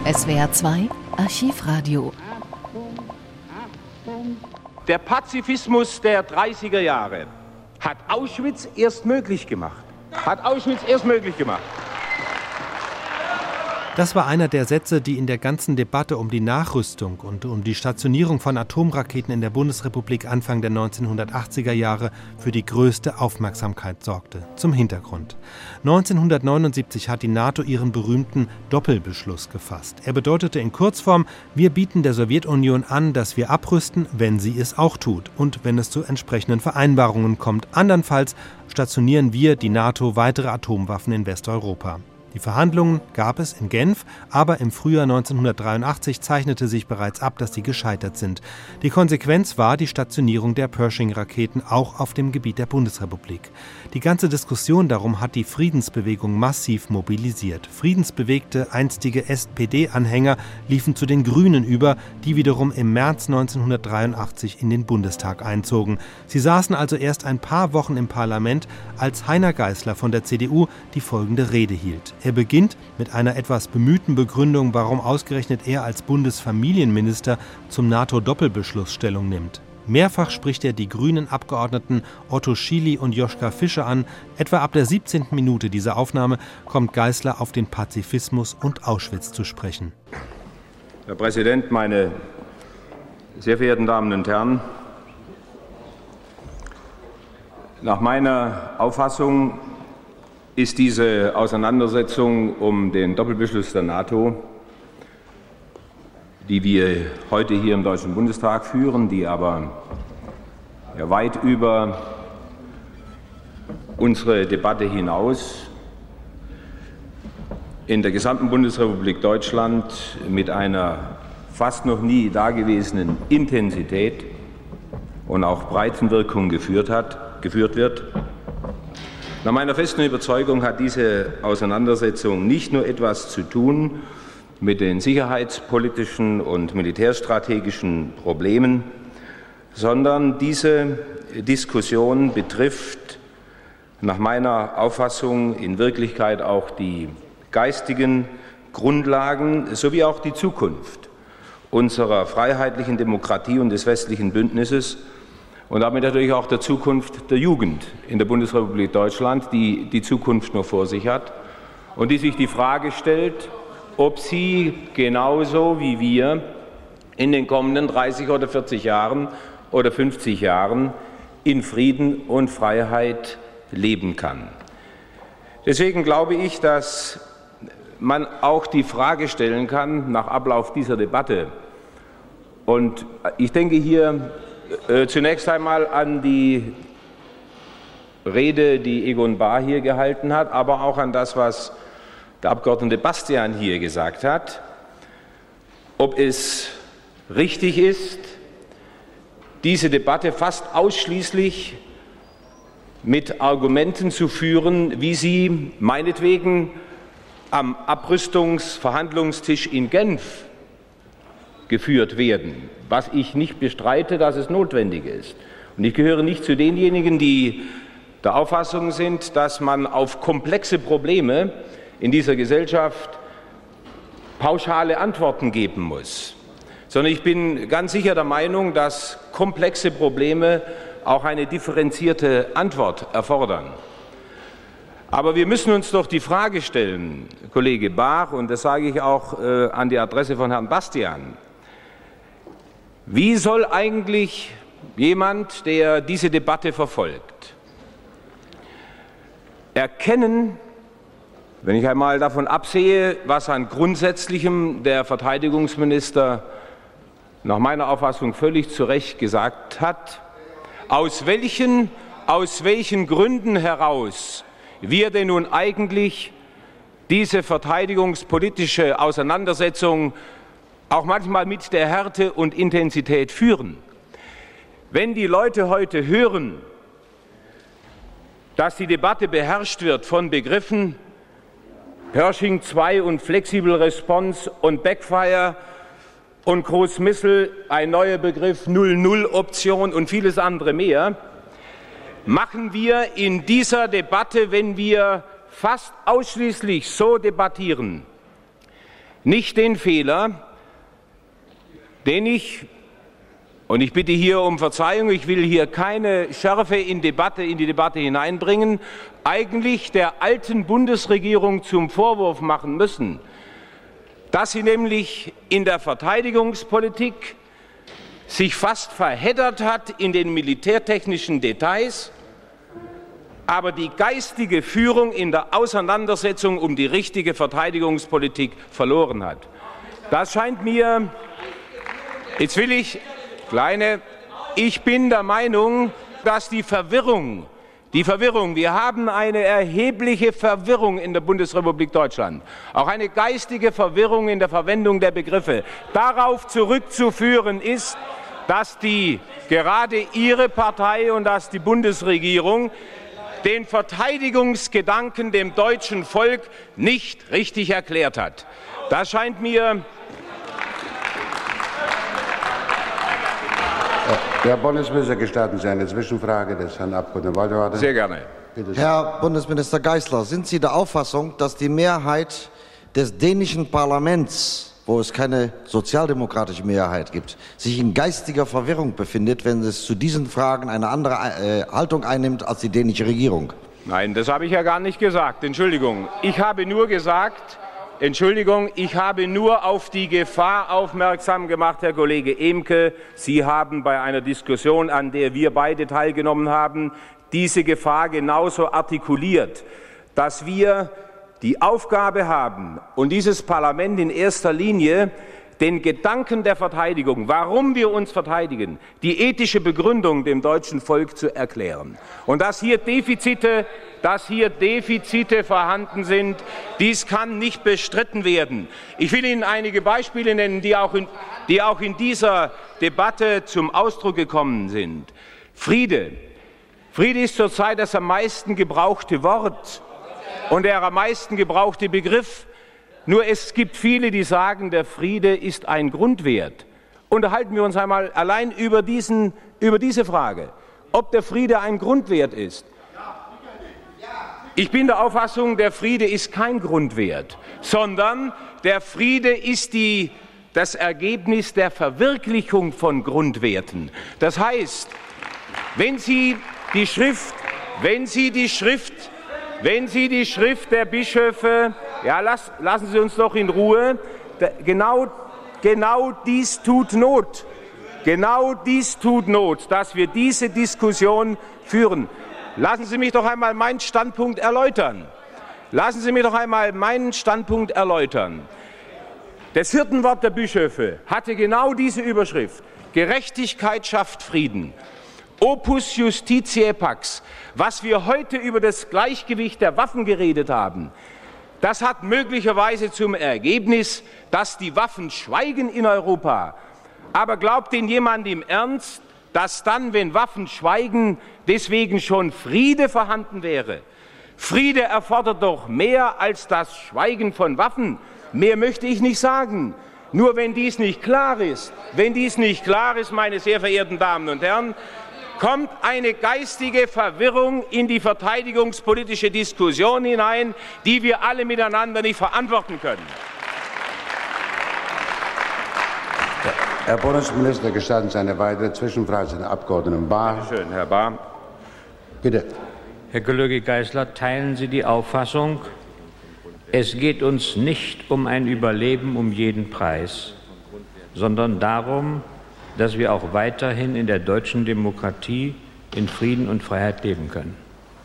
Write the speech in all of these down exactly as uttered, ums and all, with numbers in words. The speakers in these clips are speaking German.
S W R zwei Archivradio. Der Pazifismus der dreißiger Jahre hat Auschwitz erst möglich gemacht. Hat Auschwitz erst möglich gemacht. Das war einer der Sätze, die in der ganzen Debatte um die Nachrüstung und um die Stationierung von Atomraketen in der Bundesrepublik Anfang der neunzehnhundertachtziger Jahre für die größte Aufmerksamkeit sorgte. Zum Hintergrund. neunzehnhundertneunundsiebzig hat die NATO ihren berühmten Doppelbeschluss gefasst. Er bedeutete in Kurzform, wir bieten der Sowjetunion an, dass wir abrüsten, wenn sie es auch tut und wenn es zu entsprechenden Vereinbarungen kommt. Andernfalls stationieren wir, die NATO, weitere Atomwaffen in Westeuropa. Die Verhandlungen gab es in Genf, aber im Frühjahr neunzehnhundertdreiundachtzig zeichnete sich bereits ab, dass sie gescheitert sind. Die Konsequenz war die Stationierung der Pershing-Raketen auch auf dem Gebiet der Bundesrepublik. Die ganze Diskussion darum hat die Friedensbewegung massiv mobilisiert. Friedensbewegte einstige S P D-Anhänger liefen zu den Grünen über, die wiederum im März neunzehnhundertdreiundachtzig in den Bundestag einzogen. Sie saßen also erst ein paar Wochen im Parlament, als Heiner Geißler von der C D U die folgende Rede hielt. Er beginnt mit einer etwas bemühten Begründung, warum ausgerechnet er als Bundesfamilienminister zum NATO-Doppelbeschluss Stellung nimmt. Mehrfach spricht er die grünen Abgeordneten Otto Schily und Joschka Fischer an. Etwa ab der siebzehnten Minute dieser Aufnahme kommt Geißler auf den Pazifismus und Auschwitz zu sprechen. Herr Präsident, meine sehr verehrten Damen und Herren! Nach meiner Auffassung ist diese Auseinandersetzung um den Doppelbeschluss der NATO, die wir heute hier im Deutschen Bundestag führen, die aber ja weit über unsere Debatte hinaus in der gesamten Bundesrepublik Deutschland mit einer fast noch nie dagewesenen Intensität und auch Breitenwirkung geführt hat, geführt wird. Nach meiner festen Überzeugung hat diese Auseinandersetzung nicht nur etwas zu tun mit den sicherheitspolitischen und militärstrategischen Problemen, sondern diese Diskussion betrifft nach meiner Auffassung in Wirklichkeit auch die geistigen Grundlagen sowie auch die Zukunft unserer freiheitlichen Demokratie und des westlichen Bündnisses und damit natürlich auch der Zukunft der Jugend in der Bundesrepublik Deutschland, die die Zukunft nur vor sich hat und die sich die Frage stellt, ob sie genauso wie wir in den kommenden dreißig oder vierzig Jahren oder fünfzig Jahren in Frieden und Freiheit leben kann. Deswegen glaube ich, dass man auch die Frage stellen kann nach Ablauf dieser Debatte. Und ich denke hier Äh, zunächst einmal an die Rede, die Egon Bahr hier gehalten hat, aber auch an das, was der Abgeordnete Bastian hier gesagt hat, ob es richtig ist, diese Debatte fast ausschließlich mit Argumenten zu führen, wie sie meinetwegen am Abrüstungsverhandlungstisch in Genf geführt werden, was ich nicht bestreite, dass es notwendig ist. Und ich gehöre nicht zu denjenigen, die der Auffassung sind, dass man auf komplexe Probleme in dieser Gesellschaft pauschale Antworten geben muss, sondern ich bin ganz sicher der Meinung, dass komplexe Probleme auch eine differenzierte Antwort erfordern. Aber wir müssen uns doch die Frage stellen, Kollege Bahr, und das sage ich auch äh, an die Adresse von Herrn Bastian: Wie soll eigentlich jemand, der diese Debatte verfolgt, erkennen, wenn ich einmal davon absehe, was an Grundsätzlichem der Verteidigungsminister nach meiner Auffassung völlig zu Recht gesagt hat, aus welchen, aus welchen Gründen heraus wir denn nun eigentlich diese verteidigungspolitische Auseinandersetzung auch manchmal mit der Härte und Intensität führen. Wenn die Leute heute hören, dass die Debatte beherrscht wird von Begriffen Pershing zwei und Flexible Response und Backfire und Cruise Missile, ein neuer Begriff null null Option und vieles andere mehr, machen wir in dieser Debatte, wenn wir fast ausschließlich so debattieren, nicht den Fehler, den ich, und ich bitte hier um Verzeihung, ich will hier keine Schärfe in, Debatte, in die Debatte hineinbringen, eigentlich der alten Bundesregierung zum Vorwurf machen müssen, dass sie nämlich in der Verteidigungspolitik sich fast verheddert hat in den militärtechnischen Details, aber die geistige Führung in der Auseinandersetzung um die richtige Verteidigungspolitik verloren hat. Das scheint mir, jetzt will ich, kleine, ich bin der Meinung, dass die Verwirrung, die Verwirrung, wir haben eine erhebliche Verwirrung in der Bundesrepublik Deutschland, auch eine geistige Verwirrung in der Verwendung der Begriffe, darauf zurückzuführen ist, dass die, gerade Ihre Partei und dass die Bundesregierung den Verteidigungsgedanken dem deutschen Volk nicht richtig erklärt hat. Das scheint mir. Herr Bundesminister, gestatten Sie eine Zwischenfrage des Herrn Abgeordneten Waldewarte? Sehr gerne. Bitte. Herr Bundesminister Geisler, sind Sie der Auffassung, dass die Mehrheit des dänischen Parlaments, wo es keine sozialdemokratische Mehrheit gibt, sich in geistiger Verwirrung befindet, wenn es zu diesen Fragen eine andere äh, Haltung einnimmt als die dänische Regierung? Nein, das habe ich ja gar nicht gesagt. Entschuldigung. Ich habe nur gesagt, Entschuldigung, ich habe nur auf die Gefahr aufmerksam gemacht, Herr Kollege Emke. Sie haben bei einer Diskussion, an der wir beide teilgenommen haben, diese Gefahr genauso artikuliert, dass wir die Aufgabe haben und dieses Parlament in erster Linie den Gedanken der Verteidigung, warum wir uns verteidigen, die ethische Begründung dem deutschen Volk zu erklären. Und dass hier Defizite, dass hier Defizite vorhanden sind, dies kann nicht bestritten werden. Ich will Ihnen einige Beispiele nennen, die auch in, die auch in dieser Debatte zum Ausdruck gekommen sind. Friede. Friede ist zurzeit das am meisten gebrauchte Wort und der am meisten gebrauchte Begriff. Nur es gibt viele, die sagen, der Friede ist ein Grundwert. Unterhalten wir uns einmal allein über, diesen, über diese Frage, ob der Friede ein Grundwert ist. Ich bin der Auffassung, der Friede ist kein Grundwert, sondern der Friede ist die, das Ergebnis der Verwirklichung von Grundwerten. Das heißt, wenn Sie die Schrift, wenn Sie die Schrift, wenn Sie die Schrift der Bischöfe, ja, lass, lassen Sie uns doch in Ruhe, da, genau, genau dies tut Not, genau dies tut Not, dass wir diese Diskussion führen. Lassen Sie mich doch einmal meinen Standpunkt erläutern. Lassen Sie mich doch einmal meinen Standpunkt erläutern. Das Hirtenwort der Bischöfe hatte genau diese Überschrift: Gerechtigkeit schafft Frieden. Opus Justitiae Pax. Was wir heute über das Gleichgewicht der Waffen geredet haben, das hat möglicherweise zum Ergebnis, dass die Waffen schweigen in Europa. Aber glaubt denn jemand im Ernst, dass dann, wenn Waffen schweigen, deswegen schon Friede vorhanden wäre? Friede erfordert doch mehr als das Schweigen von Waffen. Mehr möchte ich nicht sagen. Nur wenn dies nicht klar ist, wenn dies nicht klar ist, meine sehr verehrten Damen und Herren, kommt eine geistige Verwirrung in die verteidigungspolitische Diskussion hinein, die wir alle miteinander nicht verantworten können. Herr Bundesminister, gestatten Sie eine weitere Zwischenfrage zu den Abgeordneten Bahr. Bitte schön, Herr Bahr. Bitte. Herr Kollege Geisler, teilen Sie die Auffassung, es geht uns nicht um ein Überleben um jeden Preis, sondern darum, dass wir auch weiterhin in der deutschen Demokratie in Frieden und Freiheit leben können?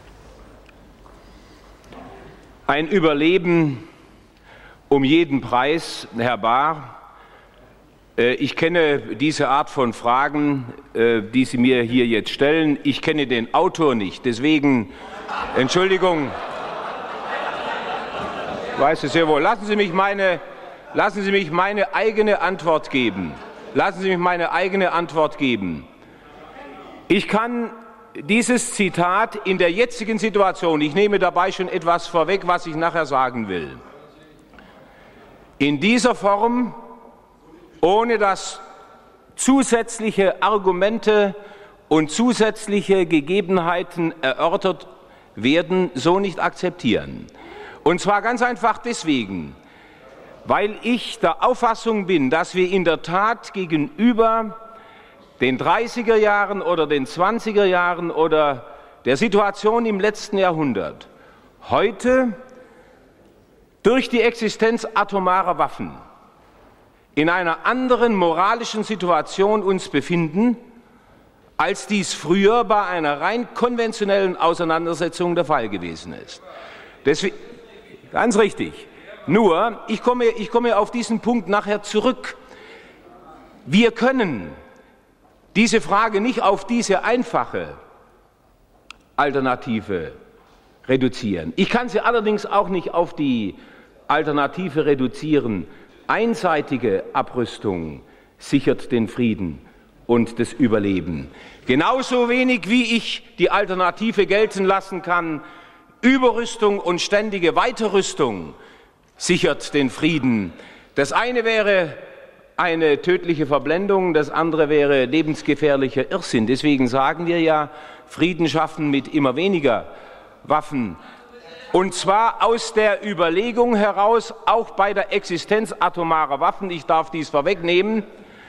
Ein Überleben um jeden Preis, Herr Bahr. Ich kenne diese Art von Fragen, die Sie mir hier jetzt stellen. Ich kenne den Autor nicht. Deswegen, Entschuldigung, ich weiß es sehr wohl. Lassen Sie mich meine, lassen Sie mich meine eigene Antwort geben. Lassen Sie mich meine eigene Antwort geben. Ich kann dieses Zitat in der jetzigen Situation, ich nehme dabei schon etwas vorweg, was ich nachher sagen will, in dieser Form, ohne dass zusätzliche Argumente und zusätzliche Gegebenheiten erörtert werden, so nicht akzeptieren. Und zwar ganz einfach deswegen, weil ich der Auffassung bin, dass wir in der Tat gegenüber den dreißiger Jahren oder den zwanziger Jahren oder der Situation im letzten Jahrhundert heute durch die Existenz atomarer Waffen in einer anderen moralischen Situation uns befinden, als dies früher bei einer rein konventionellen Auseinandersetzung der Fall gewesen ist. Deswegen, ganz richtig. Nur, ich komme, ich komme auf diesen Punkt nachher zurück. Wir können diese Frage nicht auf diese einfache Alternative reduzieren. Ich kann sie allerdings auch nicht auf die Alternative reduzieren. Einseitige Abrüstung sichert den Frieden und das Überleben. Genauso wenig wie ich die Alternative gelten lassen kann, Überrüstung und ständige Weiterrüstung sichert den Frieden. Das eine wäre eine tödliche Verblendung, das andere wäre lebensgefährlicher Irrsinn. Deswegen sagen wir ja, Frieden schaffen mit immer weniger Waffen. Und zwar aus der Überlegung heraus, auch bei der Existenz atomarer Waffen, ich darf dies vorwegnehmen,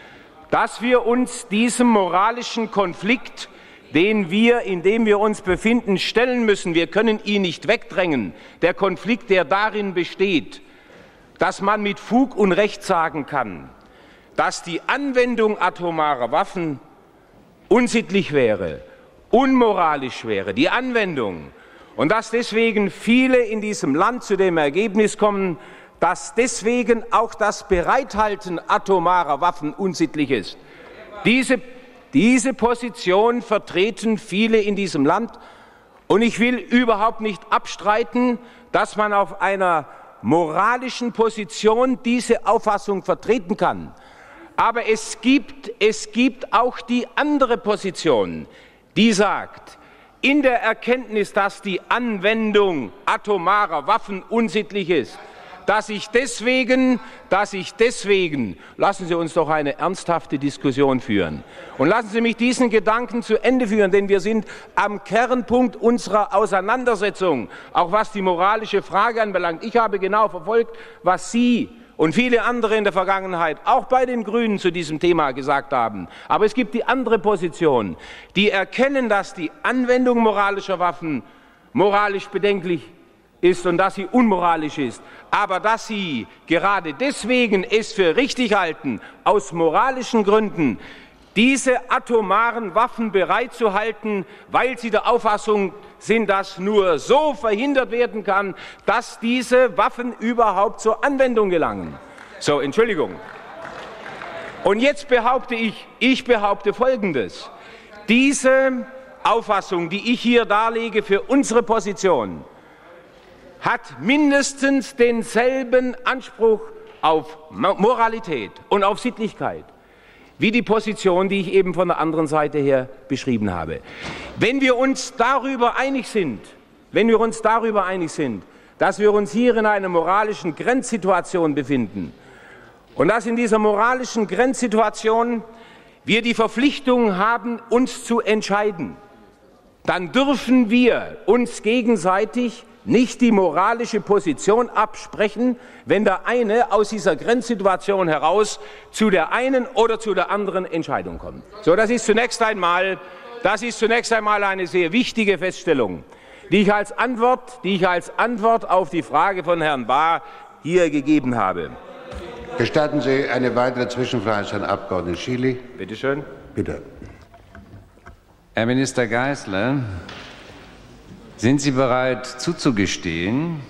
dass wir uns diesem moralischen Konflikt, den wir, in dem wir uns befinden, stellen müssen. Wir können ihn nicht wegdrängen. Der Konflikt, der darin besteht, dass man mit Fug und Recht sagen kann, dass die Anwendung atomarer Waffen unsittlich wäre, unmoralisch wäre, die Anwendung. Und dass deswegen viele in diesem Land zu dem Ergebnis kommen, dass deswegen auch das Bereithalten atomarer Waffen unsittlich ist. Diese, diese Position vertreten viele in diesem Land. Und ich will überhaupt nicht abstreiten, dass man auf einer moralischen Position diese Auffassung vertreten kann. Aber es gibt, es gibt auch die andere Position, die sagt, in der Erkenntnis, dass die Anwendung atomarer Waffen unsittlich ist, dass ich deswegen, dass ich deswegen, lassen Sie uns doch eine ernsthafte Diskussion führen. Und lassen Sie mich diesen Gedanken zu Ende führen, denn wir sind am Kernpunkt unserer Auseinandersetzung, auch was die moralische Frage anbelangt. Ich habe genau verfolgt, was Sie und viele andere in der Vergangenheit, auch bei den Grünen, zu diesem Thema gesagt haben. Aber es gibt die andere Position, die erkennen, dass die Anwendung moralischer Waffen moralisch bedenklich ist und dass sie unmoralisch ist, aber dass sie gerade deswegen es für richtig halten, aus moralischen Gründen diese atomaren Waffen bereitzuhalten, weil sie der Auffassung sind, dass nur so verhindert werden kann, dass diese Waffen überhaupt zur Anwendung gelangen. So, Entschuldigung. Und jetzt behaupte ich, ich behaupte Folgendes. Diese Auffassung, die ich hier darlege für unsere Position, hat mindestens denselben Anspruch auf Moralität und auf Sittlichkeit wie die Position, die ich eben von der anderen Seite her beschrieben habe. Wenn wir uns darüber einig sind, wenn wir uns darüber einig sind, dass wir uns hier in einer moralischen Grenzsituation befinden und dass in dieser moralischen Grenzsituation wir die Verpflichtung haben, uns zu entscheiden, dann dürfen wir uns gegenseitig nicht die moralische Position absprechen, wenn der eine aus dieser Grenzsituation heraus zu der einen oder zu der anderen Entscheidung kommt. So, das ist zunächst einmal, das ist zunächst einmal eine sehr wichtige Feststellung, die ich als Antwort, die ich als Antwort auf die Frage von Herrn Bahr hier gegeben habe. Gestatten Sie eine weitere Zwischenfrage an Herrn Abgeordneten Schily? Bitte schön. Bitte. Herr Minister Geisler, sind Sie bereit zuzugestehen,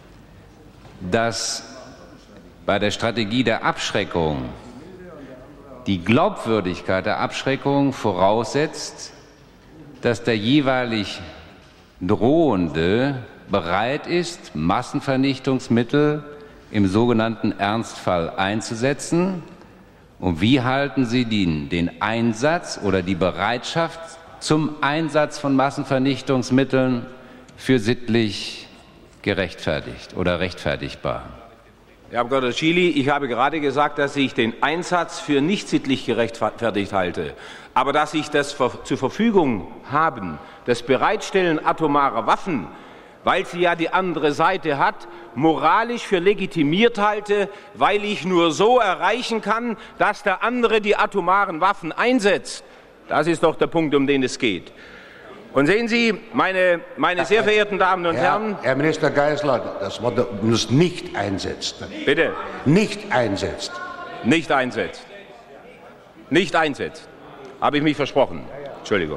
dass bei der Strategie der Abschreckung die Glaubwürdigkeit der Abschreckung voraussetzt, dass der jeweilig Drohende bereit ist, Massenvernichtungsmittel im sogenannten Ernstfall einzusetzen? Und wie halten Sie den, den Einsatz oder die Bereitschaft zum Einsatz von Massenvernichtungsmitteln für sittlich gerechtfertigt oder rechtfertigbar? Herr Abgeordneter Schily, ich habe gerade gesagt, dass ich den Einsatz für nicht sittlich gerechtfertigt halte. Aber dass ich das zur Verfügung haben, das Bereitstellen atomarer Waffen weil sie ja die andere Seite hat, moralisch für legitimiert halte, weil ich nur so erreichen kann, dass der andere die atomaren Waffen einsetzt. Das ist doch der Punkt, um den es geht. Und sehen Sie, meine, meine sehr verehrten Damen und Herr, Herren... Herr Minister Geisler, das Wort uns nicht einsetzt. Bitte? Nicht einsetzt. Nicht einsetzt. Nicht einsetzt. Habe ich mich versprochen. Entschuldigung.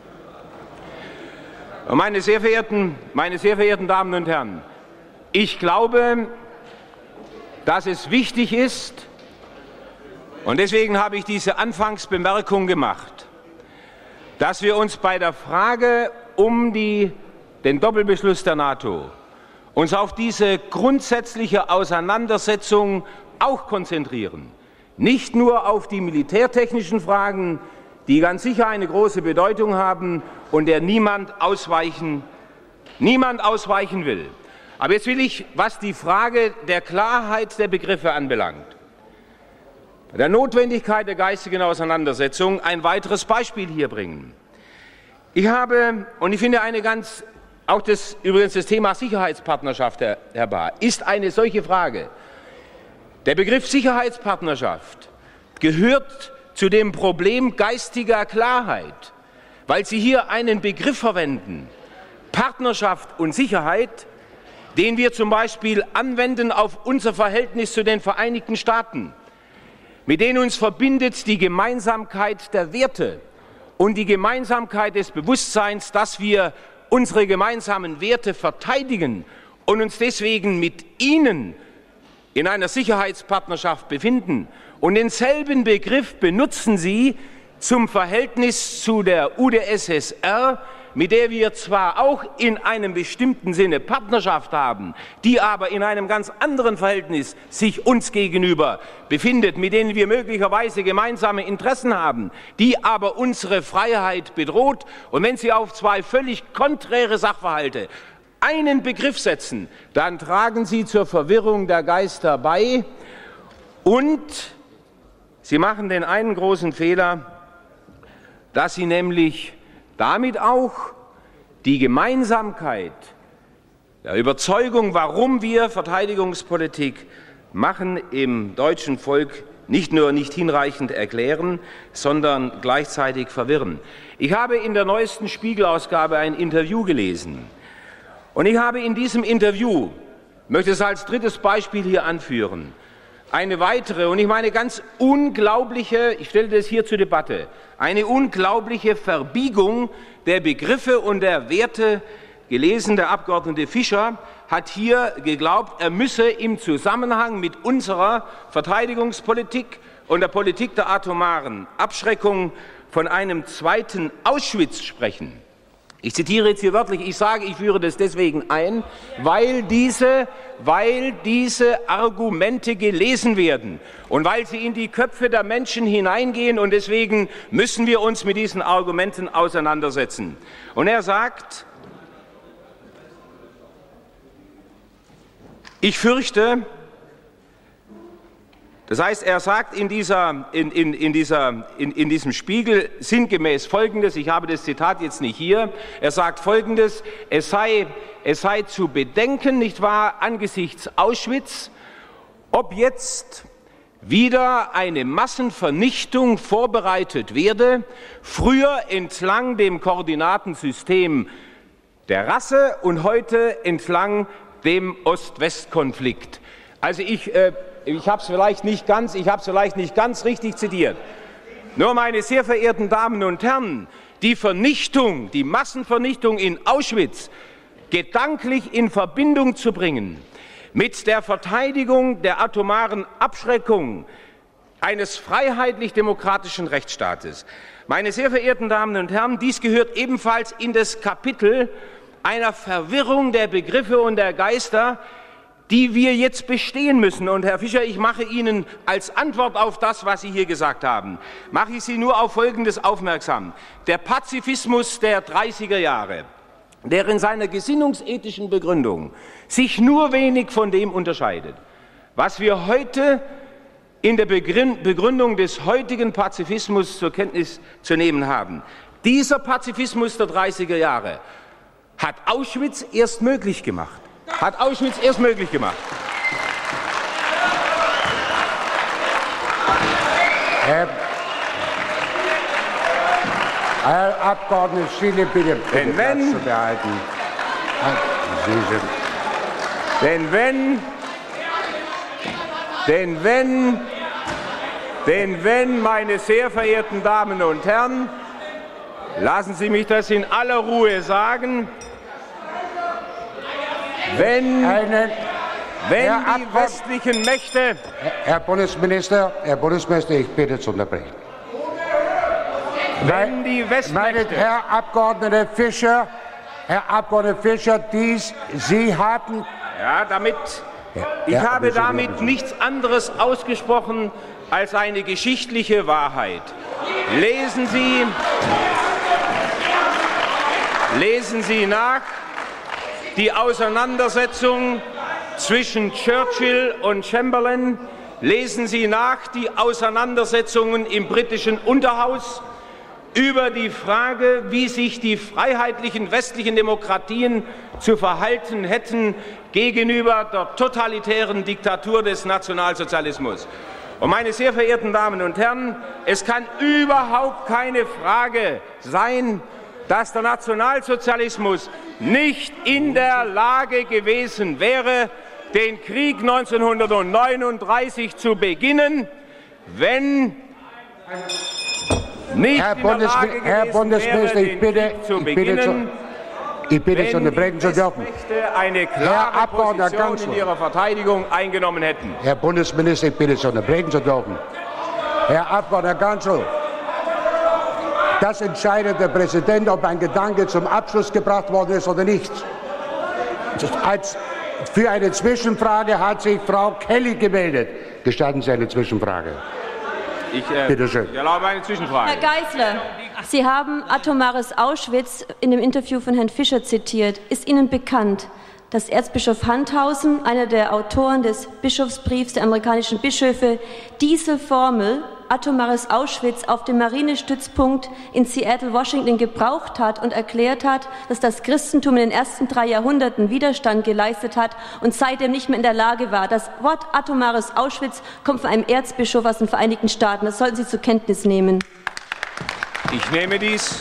Meine sehr verehrten, meine sehr verehrten Damen und Herren, ich glaube, dass es wichtig ist, und deswegen habe ich diese Anfangsbemerkung gemacht, dass wir uns bei der Frage um die, den Doppelbeschluss der NATO uns auf diese grundsätzliche Auseinandersetzung auch konzentrieren. Nicht nur auf die militärtechnischen Fragen, die ganz sicher eine große Bedeutung haben und der niemand ausweichen, niemand ausweichen will. Aber jetzt will ich, was die Frage der Klarheit der Begriffe anbelangt, der Notwendigkeit der geistigen Auseinandersetzung ein weiteres Beispiel hier bringen. Ich habe, und ich finde eine ganz, auch das, übrigens das Thema Sicherheitspartnerschaft, Herr, Herr Bahr, ist eine solche Frage. Der Begriff Sicherheitspartnerschaft gehört zu dem Problem geistiger Klarheit, weil Sie hier einen Begriff verwenden, Partnerschaft und Sicherheit, den wir zum Beispiel anwenden auf unser Verhältnis zu den Vereinigten Staaten, mit denen uns verbindet die Gemeinsamkeit der Werte und die Gemeinsamkeit des Bewusstseins, dass wir unsere gemeinsamen Werte verteidigen und uns deswegen mit ihnen in einer Sicherheitspartnerschaft befinden. Und denselben Begriff benutzen Sie zum Verhältnis zu der U d S S R, mit der wir zwar auch in einem bestimmten Sinne Partnerschaft haben, die aber in einem ganz anderen Verhältnis sich uns gegenüber befindet, mit denen wir möglicherweise gemeinsame Interessen haben, die aber unsere Freiheit bedroht. Und wenn Sie auf zwei völlig konträre Sachverhalte einen Begriff setzen, dann tragen Sie zur Verwirrung der Geister bei und Sie machen den einen großen Fehler, dass Sie nämlich damit auch die Gemeinsamkeit der Überzeugung, warum wir Verteidigungspolitik machen, im deutschen Volk nicht nur nicht hinreichend erklären, sondern gleichzeitig verwirren. Ich habe in der neuesten Spiegel-Ausgabe ein Interview gelesen. Und ich habe in diesem Interview, möchte es als drittes Beispiel hier anführen, eine weitere, und ich meine ganz unglaubliche, ich stelle das hier zur Debatte, eine unglaubliche Verbiegung der Begriffe und der Werte gelesen. Der Abgeordnete Fischer hat hier geglaubt, er müsse im Zusammenhang mit unserer Verteidigungspolitik und der Politik der atomaren Abschreckung von einem zweiten Auschwitz sprechen. Ich zitiere jetzt hier wörtlich, ich sage, ich führe das deswegen ein, weil diese, weil diese Argumente gelesen werden und weil sie in die Köpfe der Menschen hineingehen, und deswegen müssen wir uns mit diesen Argumenten auseinandersetzen. Und er sagt, ich fürchte, das heißt, er sagt in, dieser, in, in, in, dieser, in, in diesem Spiegel sinngemäß Folgendes, ich habe das Zitat jetzt nicht hier, er sagt Folgendes, es sei, es sei zu bedenken, nicht wahr, angesichts Auschwitz, ob jetzt wieder eine Massenvernichtung vorbereitet werde, früher entlang dem Koordinatensystem der Rasse und heute entlang dem Ost-West-Konflikt. Also ich... Äh, Ich habe es vielleicht nicht ganz, ich habe es vielleicht nicht ganz richtig zitiert. Nur, meine sehr verehrten Damen und Herren, die Vernichtung, die Massenvernichtung in Auschwitz gedanklich in Verbindung zu bringen mit der Verteidigung der atomaren Abschreckung eines freiheitlich-demokratischen Rechtsstaates. Meine sehr verehrten Damen und Herren, dies gehört ebenfalls in das Kapitel einer Verwirrung der Begriffe und der Geister, die wir jetzt bestehen müssen. Und Herr Fischer, ich mache Ihnen als Antwort auf das, was Sie hier gesagt haben, mache ich Sie nur auf Folgendes aufmerksam. Der Pazifismus der dreißiger Jahre, der in seiner gesinnungsethischen Begründung sich nur wenig von dem unterscheidet, was wir heute in der Begründung des heutigen Pazifismus zur Kenntnis zu nehmen haben. Dieser Pazifismus der dreißiger Jahre hat Auschwitz erst möglich gemacht. Hat Auschwitz erst möglich gemacht. Herr, Herr Abgeordneter Schiele, bitte, bitte Denn wenn, Platz zu behalten. Denn wenn, denn wenn, denn wenn, meine sehr verehrten Damen und Herren, lassen Sie mich das in aller Ruhe sagen, wenn, Eine, wenn Herr die Abgeord- westlichen Mächte... Herr Bundesminister, Herr Bundesminister, ich bitte zu unterbrechen. Wenn die Meine Westmächte... Herr Abgeordneter Fischer, Herr Abgeordneter Fischer, dies, Sie haben... Ja, damit... Ich Ja, habe bitte, damit bitte. nichts anderes ausgesprochen als eine geschichtliche Wahrheit. Lesen Sie, lesen Sie nach die Auseinandersetzung zwischen Churchill und Chamberlain. Lesen Sie nach die Auseinandersetzungen im britischen Unterhaus über die Frage, wie sich die freiheitlichen westlichen Demokratien zu verhalten hätten gegenüber der totalitären Diktatur des Nationalsozialismus. Und meine sehr verehrten Damen und Herren, es kann überhaupt keine Frage sein, dass der Nationalsozialismus nicht in der Lage gewesen wäre, den Krieg neunzehnhundertneununddreißig zu beginnen, wenn nicht Herr, in der Bundes Lage Herr gewesen Bundesminister, wäre, ich den bitte, Krieg zu ich bitte, beginnen, zu, ich bitte zu wenn unterbrechen die zu dürfen. Westmächte eine Herr klare Abgeordneter Position Ganzler. in ihrer Verteidigung eingenommen hätten. Herr Bundesminister, ich bitte zu unterbrechen zu dürfen. Herr Abgeordneter Gansel, das entscheidet der Präsident, ob ein Gedanke zum Abschluss gebracht worden ist oder nicht. Als, für eine Zwischenfrage hat sich Frau Kelly gemeldet. Gestatten Sie eine Zwischenfrage. Ich, äh, Bitte schön. ich erlaube eine Zwischenfrage. Herr Geisler, Sie haben atomares Auschwitz in dem Interview von Herrn Fischer zitiert. Ist Ihnen bekannt, dass Erzbischof Handhausen, einer der Autoren des Bischofsbriefs der amerikanischen Bischöfe, diese Formel atomares Auschwitz auf dem Marinestützpunkt in Seattle, Washington gebraucht hat und erklärt hat, dass das Christentum in den ersten drei Jahrhunderten Widerstand geleistet hat und seitdem nicht mehr in der Lage war. Das Wort atomares Auschwitz kommt von einem Erzbischof aus den Vereinigten Staaten. Das sollten Sie zur Kenntnis nehmen. Ich nehme dies,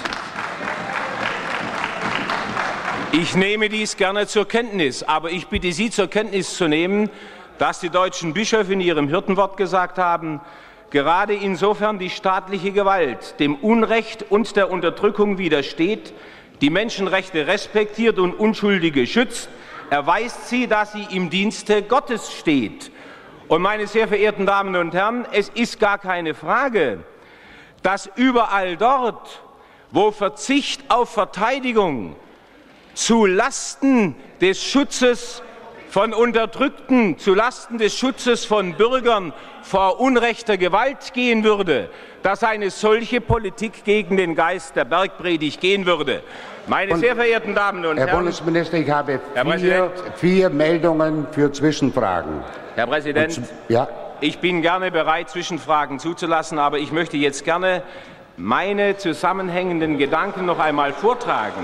ich nehme dies gerne zur Kenntnis, aber ich bitte Sie zur Kenntnis zu nehmen, dass die deutschen Bischöfe in ihrem Hirtenwort gesagt haben, gerade insofern die staatliche Gewalt dem Unrecht und der Unterdrückung widersteht, die Menschenrechte respektiert und Unschuldige schützt, erweist sie, dass sie im Dienste Gottes steht. Und meine sehr verehrten Damen und Herren, es ist gar keine Frage, dass überall dort, wo Verzicht auf Verteidigung zu Lasten des Schutzes von Unterdrückten, zu Lasten des Schutzes von Bürgern vor unrechter Gewalt gehen würde, dass eine solche Politik gegen den Geist der Bergpredigt gehen würde. Meine Und sehr verehrten Damen und Herr Herren, Bundesminister, ich habe Herr vier, Präsident. vier Meldungen für Zwischenfragen. Herr Präsident, Ja, ich bin gerne bereit, Zwischenfragen zuzulassen, aber ich möchte jetzt gerne meine zusammenhängenden Gedanken noch einmal vortragen.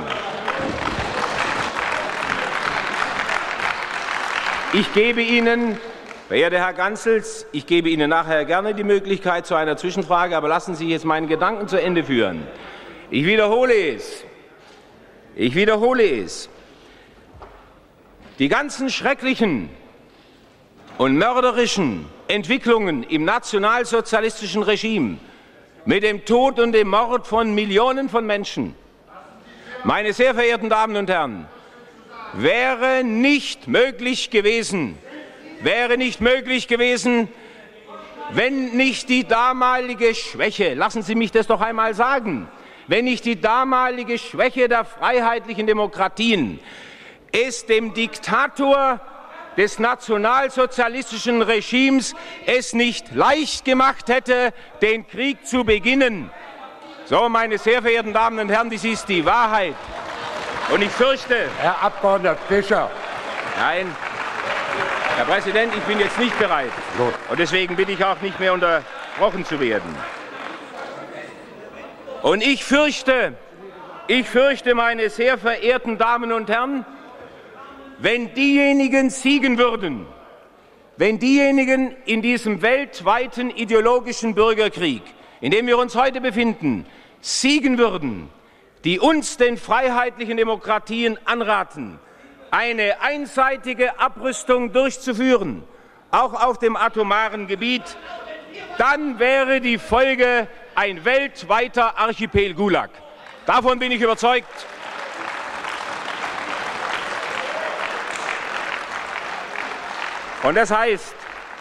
Ich gebe Ihnen, verehrter Herr Gansels, ich gebe Ihnen nachher gerne die Möglichkeit zu einer Zwischenfrage, aber lassen Sie jetzt meinen Gedanken zu Ende führen. Ich wiederhole es. Ich wiederhole es. Die ganzen schrecklichen und mörderischen Entwicklungen im nationalsozialistischen Regime mit dem Tod und dem Mord von Millionen von Menschen, meine sehr verehrten Damen und Herren, wäre nicht möglich gewesen, wäre nicht möglich gewesen, wenn nicht die damalige Schwäche, lassen Sie mich das doch einmal sagen, wenn nicht die damalige Schwäche der freiheitlichen Demokratien es dem Diktator des nationalsozialistischen Regimes es nicht leicht gemacht hätte, den Krieg zu beginnen. So, meine sehr verehrten Damen und Herren, dies ist die Wahrheit. Und ich fürchte... Herr Abgeordneter Fischer. Nein, Herr Präsident, ich bin jetzt nicht bereit. Gut. Und deswegen bitte ich auch nicht mehr unterbrochen zu werden. Und ich fürchte, Ich fürchte, meine sehr verehrten Damen und Herren, wenn diejenigen siegen würden, wenn diejenigen in diesem weltweiten ideologischen Bürgerkrieg, in dem wir uns heute befinden, siegen würden, die uns, den freiheitlichen Demokratien, anraten, eine einseitige Abrüstung durchzuführen, auch auf dem atomaren Gebiet, dann wäre die Folge ein weltweiter Archipel Gulag. Davon bin ich überzeugt. Und das heißt,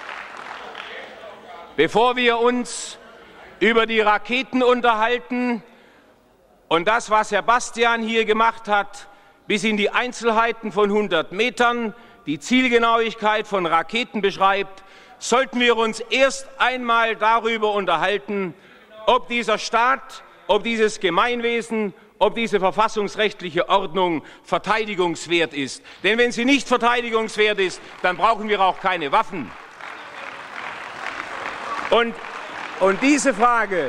bevor wir uns über die Raketen unterhalten und das, was Herr Bastian hier gemacht hat, bis in die Einzelheiten von hundert Metern, die Zielgenauigkeit von Raketen beschreibt, sollten wir uns erst einmal darüber unterhalten, ob dieser Staat, ob dieses Gemeinwesen, ob diese verfassungsrechtliche Ordnung verteidigungswert ist. Denn wenn sie nicht verteidigungswert ist, dann brauchen wir auch keine Waffen. Und, und diese Frage,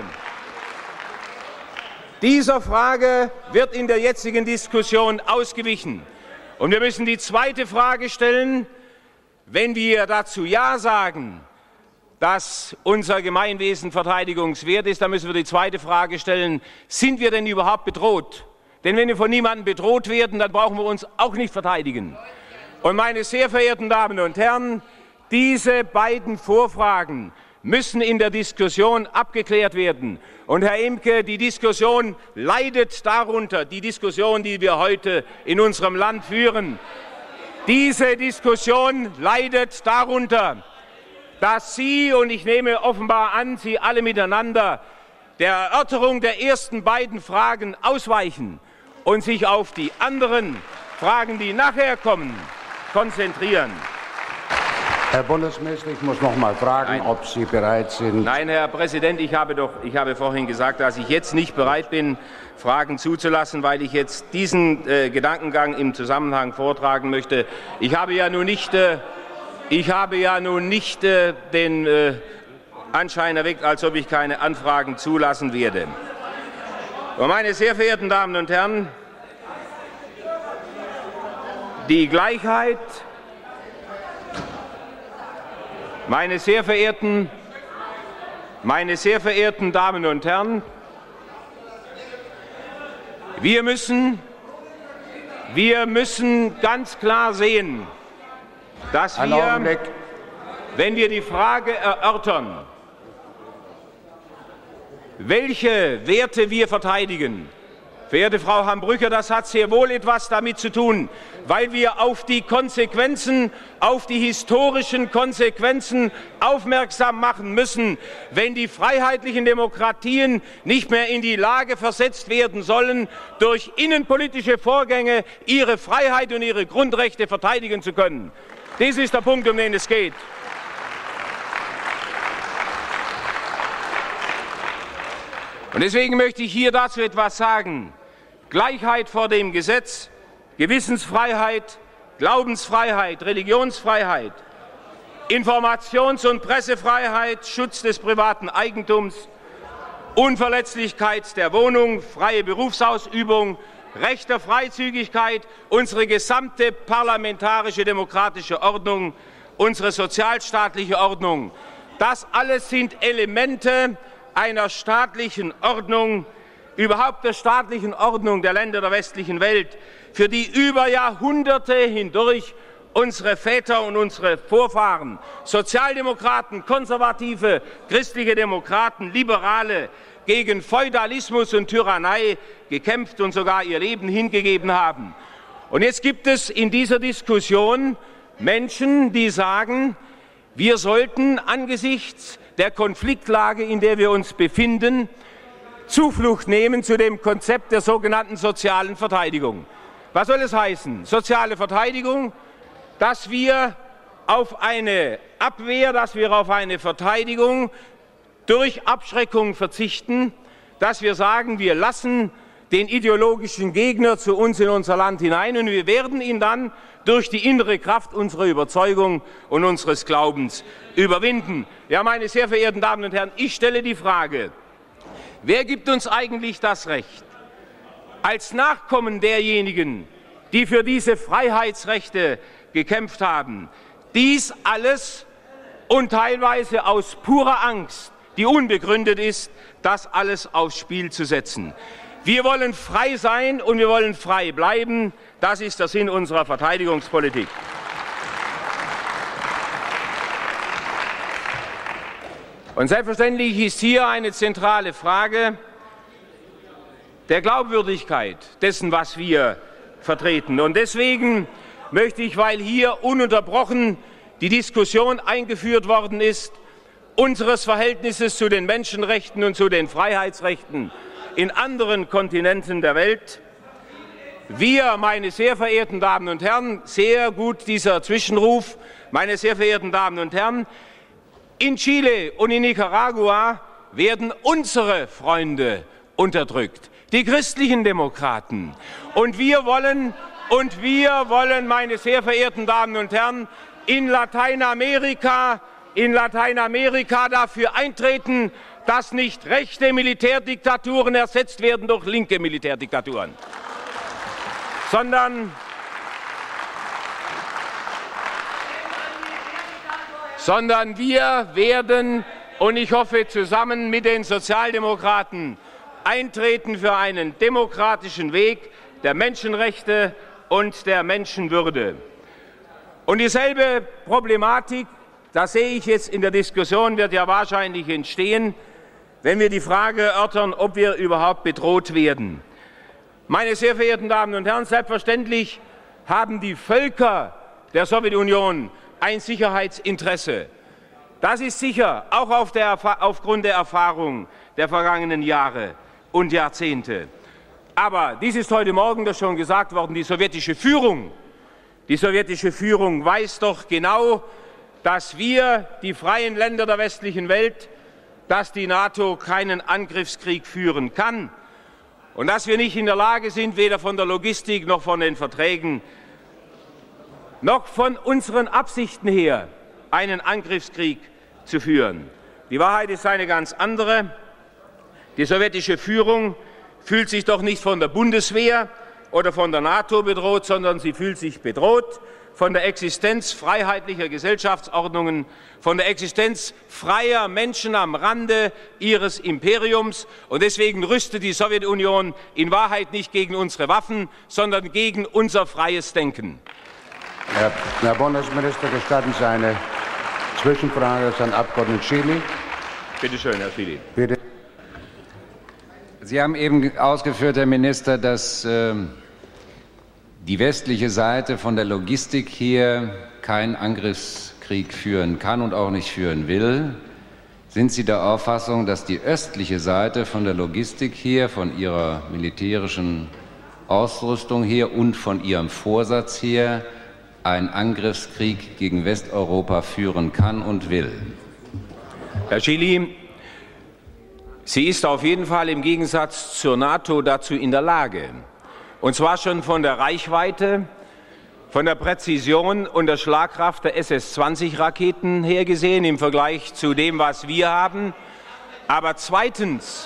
dieser Frage wird in der jetzigen Diskussion ausgewichen. Und wir müssen die zweite Frage stellen, wenn wir dazu Ja sagen, dass unser Gemeinwesen verteidigungswert ist, dann müssen wir die zweite Frage stellen, sind wir denn überhaupt bedroht? Denn wenn wir von niemandem bedroht werden, dann brauchen wir uns auch nicht verteidigen. Und meine sehr verehrten Damen und Herren, diese beiden Vorfragen müssen in der Diskussion abgeklärt werden. Und Herr Imke, die Diskussion leidet darunter, die Diskussion, die wir heute in unserem Land führen. Diese Diskussion leidet darunter, dass Sie, und ich nehme offenbar an, Sie alle miteinander, der Erörterung der ersten beiden Fragen ausweichen und sich auf die anderen Fragen, die nachher kommen, konzentrieren. Herr Bundesminister, ich muss noch mal fragen, Nein. ob Sie bereit sind. Nein, Herr Präsident, ich habe, doch, ich habe vorhin gesagt, dass ich jetzt nicht bereit bin, Fragen zuzulassen, weil ich jetzt diesen äh, Gedankengang im Zusammenhang vortragen möchte. Ich habe ja nun nicht... Äh, Ich habe ja nun nicht äh, den äh, Anschein erweckt, als ob ich keine Anfragen zulassen werde. Und meine sehr verehrten Damen und Herren, die Gleichheit, meine sehr verehrten, meine sehr verehrten Damen und Herren, wir müssen, wir müssen ganz klar sehen, dass wir, wenn wir die Frage erörtern, welche Werte wir verteidigen, verehrte Frau Hambrücker, das hat sehr wohl etwas damit zu tun, weil wir auf die Konsequenzen, auf die historischen Konsequenzen aufmerksam machen müssen, wenn die freiheitlichen Demokratien nicht mehr in die Lage versetzt werden sollen, durch innenpolitische Vorgänge ihre Freiheit und ihre Grundrechte verteidigen zu können. Dies ist der Punkt, um den es geht. Und deswegen möchte ich hier dazu etwas sagen. Gleichheit vor dem Gesetz, Gewissensfreiheit, Glaubensfreiheit, Religionsfreiheit, Informations- und Pressefreiheit, Schutz des privaten Eigentums, Unverletzlichkeit der Wohnung, freie Berufsausübung, Recht der Freizügigkeit, unsere gesamte parlamentarische demokratische Ordnung, unsere sozialstaatliche Ordnung. Das alles sind Elemente einer staatlichen Ordnung, überhaupt der staatlichen Ordnung der Länder der westlichen Welt, für die über Jahrhunderte hindurch unsere Väter und unsere Vorfahren, Sozialdemokraten, Konservative, christliche Demokraten, Liberale, gegen Feudalismus und Tyrannei gekämpft und sogar ihr Leben hingegeben haben. Und jetzt gibt es in dieser Diskussion Menschen, die sagen, wir sollten angesichts der Konfliktlage, in der wir uns befinden, Zuflucht nehmen zu dem Konzept der sogenannten sozialen Verteidigung. Was soll es heißen? Soziale Verteidigung, dass wir auf eine Abwehr, dass wir auf eine Verteidigung durch Abschreckung verzichten, dass wir sagen, wir lassen den ideologischen Gegner zu uns in unser Land hinein und wir werden ihn dann durch die innere Kraft unserer Überzeugung und unseres Glaubens überwinden. Ja, meine sehr verehrten Damen und Herren, ich stelle die Frage, wer gibt uns eigentlich das Recht, als Nachkommen derjenigen, die für diese Freiheitsrechte gekämpft haben, dies alles und teilweise aus purer Angst, die unbegründet ist, das alles aufs Spiel zu setzen. Wir wollen frei sein und wir wollen frei bleiben. Das ist der Sinn unserer Verteidigungspolitik. Und selbstverständlich ist hier eine zentrale Frage der Glaubwürdigkeit dessen, was wir vertreten. Und deswegen möchte ich, weil hier ununterbrochen die Diskussion eingeführt worden ist, unseres Verhältnisses zu den Menschenrechten und zu den Freiheitsrechten in anderen Kontinenten der Welt, wir, meine sehr verehrten Damen und Herren, sehr gut dieser Zwischenruf, meine sehr verehrten Damen und Herren, in Chile und in Nicaragua werden unsere Freunde unterdrückt, die christlichen Demokraten. Und wir wollen, und wir wollen, meine sehr verehrten Damen und Herren, in Lateinamerika, in Lateinamerika dafür eintreten, dass nicht rechte Militärdiktaturen ersetzt werden durch linke Militärdiktaturen, sondern sondern wir werden, und ich hoffe zusammen mit den Sozialdemokraten, eintreten für einen demokratischen Weg der Menschenrechte und der Menschenwürde. Und dieselbe Problematik, das sehe ich jetzt in der Diskussion, wird ja wahrscheinlich entstehen, wenn wir die Frage erörtern, ob wir überhaupt bedroht werden. Meine sehr verehrten Damen und Herren, selbstverständlich haben die Völker der Sowjetunion ein Sicherheitsinteresse. Das ist sicher, auch auf der, aufgrund der Erfahrung der vergangenen Jahre und Jahrzehnte. Aber dies ist heute Morgen doch schon gesagt worden, die sowjetische Führung, die sowjetische Führung weiß doch genau, dass wir, die freien Länder der westlichen Welt, dass die NATO keinen Angriffskrieg führen kann und dass wir nicht in der Lage sind, weder von der Logistik noch von den Verträgen noch von unseren Absichten her einen Angriffskrieg zu führen. Die Wahrheit ist eine ganz andere. Die sowjetische Führung fühlt sich doch nicht von der Bundeswehr oder von der NATO bedroht, sondern sie fühlt sich bedroht von der Existenz freiheitlicher Gesellschaftsordnungen, von der Existenz freier Menschen am Rande ihres Imperiums. Und deswegen rüstet die Sowjetunion in Wahrheit nicht gegen unsere Waffen, sondern gegen unser freies Denken. Herr, Herr Bundesminister, gestatten Sie eine Zwischenfrage des Herrn Abgeordneten Chili. Bitte schön, Herr Chili. Bitte. Sie haben eben ausgeführt, Herr Minister, dass äh, die westliche Seite von der Logistik hier keinen Angriffskrieg führen kann und auch nicht führen will. Sind Sie der Auffassung, dass die östliche Seite von der Logistik hier, von ihrer militärischen Ausrüstung hier und von ihrem Vorsatz hier einen Angriffskrieg gegen Westeuropa führen kann und will? Herr Chili, sie ist auf jeden Fall im Gegensatz zur NATO dazu in der Lage. Und zwar schon von der Reichweite, von der Präzision und der Schlagkraft der S S zwanzig Raketen her gesehen im Vergleich zu dem, was wir haben. Aber zweitens,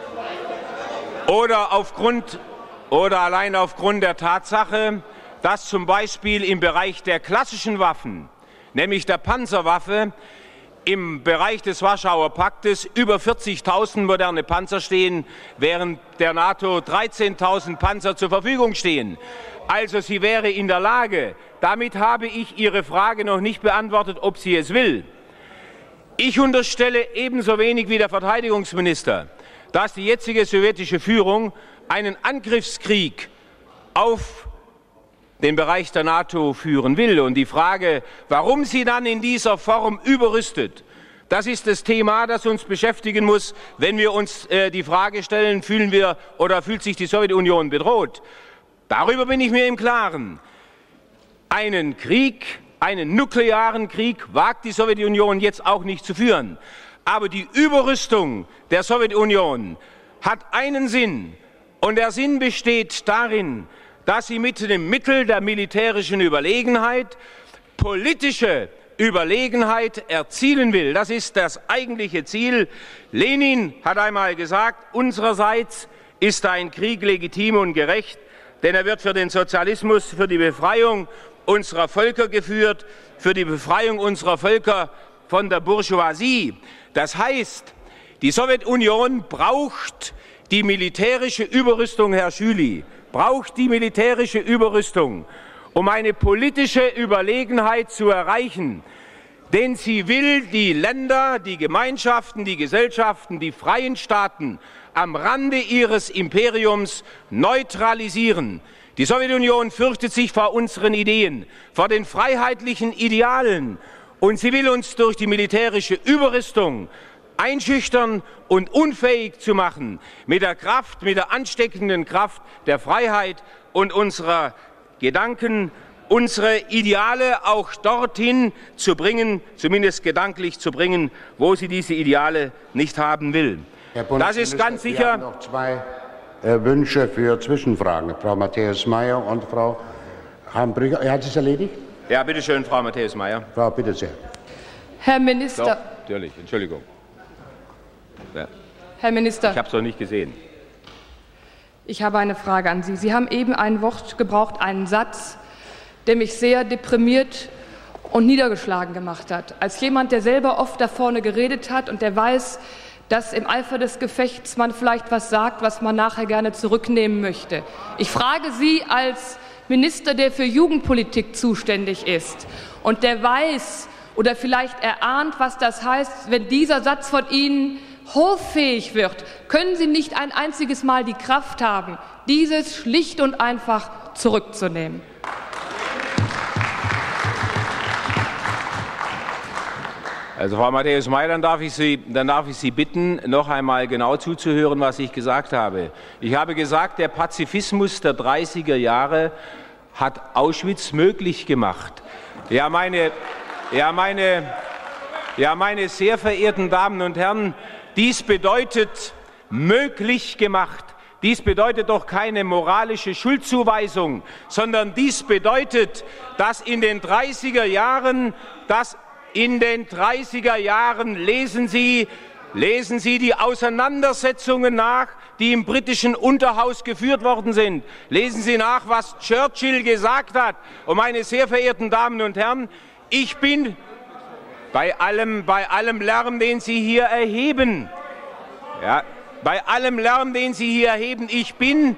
oder aufgrund oder allein aufgrund der Tatsache, dass zum Beispiel im Bereich der klassischen Waffen, nämlich der Panzerwaffe, im Bereich des Warschauer Paktes über vierzigtausend moderne Panzer stehen, während der NATO dreizehntausend Panzer zur Verfügung stehen. Also sie wäre in der Lage, damit habe ich Ihre Frage noch nicht beantwortet, ob sie es will. Ich unterstelle ebenso wenig wie der Verteidigungsminister, dass die jetzige sowjetische Führung einen Angriffskrieg auf den Bereich der NATO führen will. Und die Frage, warum sie dann in dieser Form überrüstet, das ist das Thema, das uns beschäftigen muss, wenn wir uns äh, die Frage stellen, fühlen wir oder fühlt sich die Sowjetunion bedroht? Darüber bin ich mir im Klaren. Einen Krieg, einen nuklearen Krieg wagt die Sowjetunion jetzt auch nicht zu führen. Aber die Überrüstung der Sowjetunion hat einen Sinn. Und der Sinn besteht darin, dass sie mit dem Mittel der militärischen Überlegenheit politische Überlegenheit erzielen will. Das ist das eigentliche Ziel. Lenin hat einmal gesagt, unsererseits ist ein Krieg legitim und gerecht, denn er wird für den Sozialismus, für die Befreiung unserer Völker geführt, für die Befreiung unserer Völker von der Bourgeoisie. Das heißt, die Sowjetunion braucht die militärische Überrüstung, Herr Schüli, braucht die militärische Überrüstung, um eine politische Überlegenheit zu erreichen. Denn sie will die Länder, die Gemeinschaften, die Gesellschaften, die freien Staaten am Rande ihres Imperiums neutralisieren. Die Sowjetunion fürchtet sich vor unseren Ideen, vor den freiheitlichen Idealen. Und sie will uns durch die militärische Überrüstung einschüchtern und unfähig zu machen, mit der Kraft, mit der ansteckenden Kraft der Freiheit und unserer Gedanken, unsere Ideale auch dorthin zu bringen, zumindest gedanklich zu bringen, wo sie diese Ideale nicht haben will. Das ist ganz sicher. Wir haben noch zwei äh, Wünsche für Zwischenfragen. Frau Matthäus-Maier und Frau Hambrücher. Hat es erledigt? Ja, bitte schön, Frau Matthäus-Maier. Frau, bitte sehr. Herr Minister. Doch, natürlich, Entschuldigung. Ja. Herr Minister. Ich habe es noch nicht gesehen. Ich habe eine Frage an Sie. Sie haben eben ein Wort gebraucht, einen Satz, der mich sehr deprimiert und niedergeschlagen gemacht hat. Als jemand, der selber oft da vorne geredet hat und der weiß, dass im Eifer des Gefechts man vielleicht was sagt, was man nachher gerne zurücknehmen möchte. Ich frage Sie als Minister, der für Jugendpolitik zuständig ist und der weiß oder vielleicht erahnt, was das heißt, wenn dieser Satz von Ihnen hoffähig wird, können Sie nicht ein einziges Mal die Kraft haben, dieses schlicht und einfach zurückzunehmen? Also Frau Matthäus-Maier, dann darf ich Sie, dann darf ich Sie bitten, noch einmal genau zuzuhören, was ich gesagt habe. Ich habe gesagt, der Pazifismus der dreißiger Jahre hat Auschwitz möglich gemacht. Ja, meine, ja, meine, ja, meine sehr verehrten Damen und Herren, dies bedeutet möglich gemacht. Dies bedeutet doch keine moralische Schuldzuweisung, sondern dies bedeutet, dass in den dreißiger Jahren, dass in den dreißiger Jahren, lesen Sie, lesen Sie die Auseinandersetzungen nach, die im britischen Unterhaus geführt worden sind. Lesen Sie nach, was Churchill gesagt hat. Und meine sehr verehrten Damen und Herren, ich bin bei allem, bei allem Lärm, den Sie hier erheben, ja, bei allem Lärm, den Sie hier erheben, ich bin,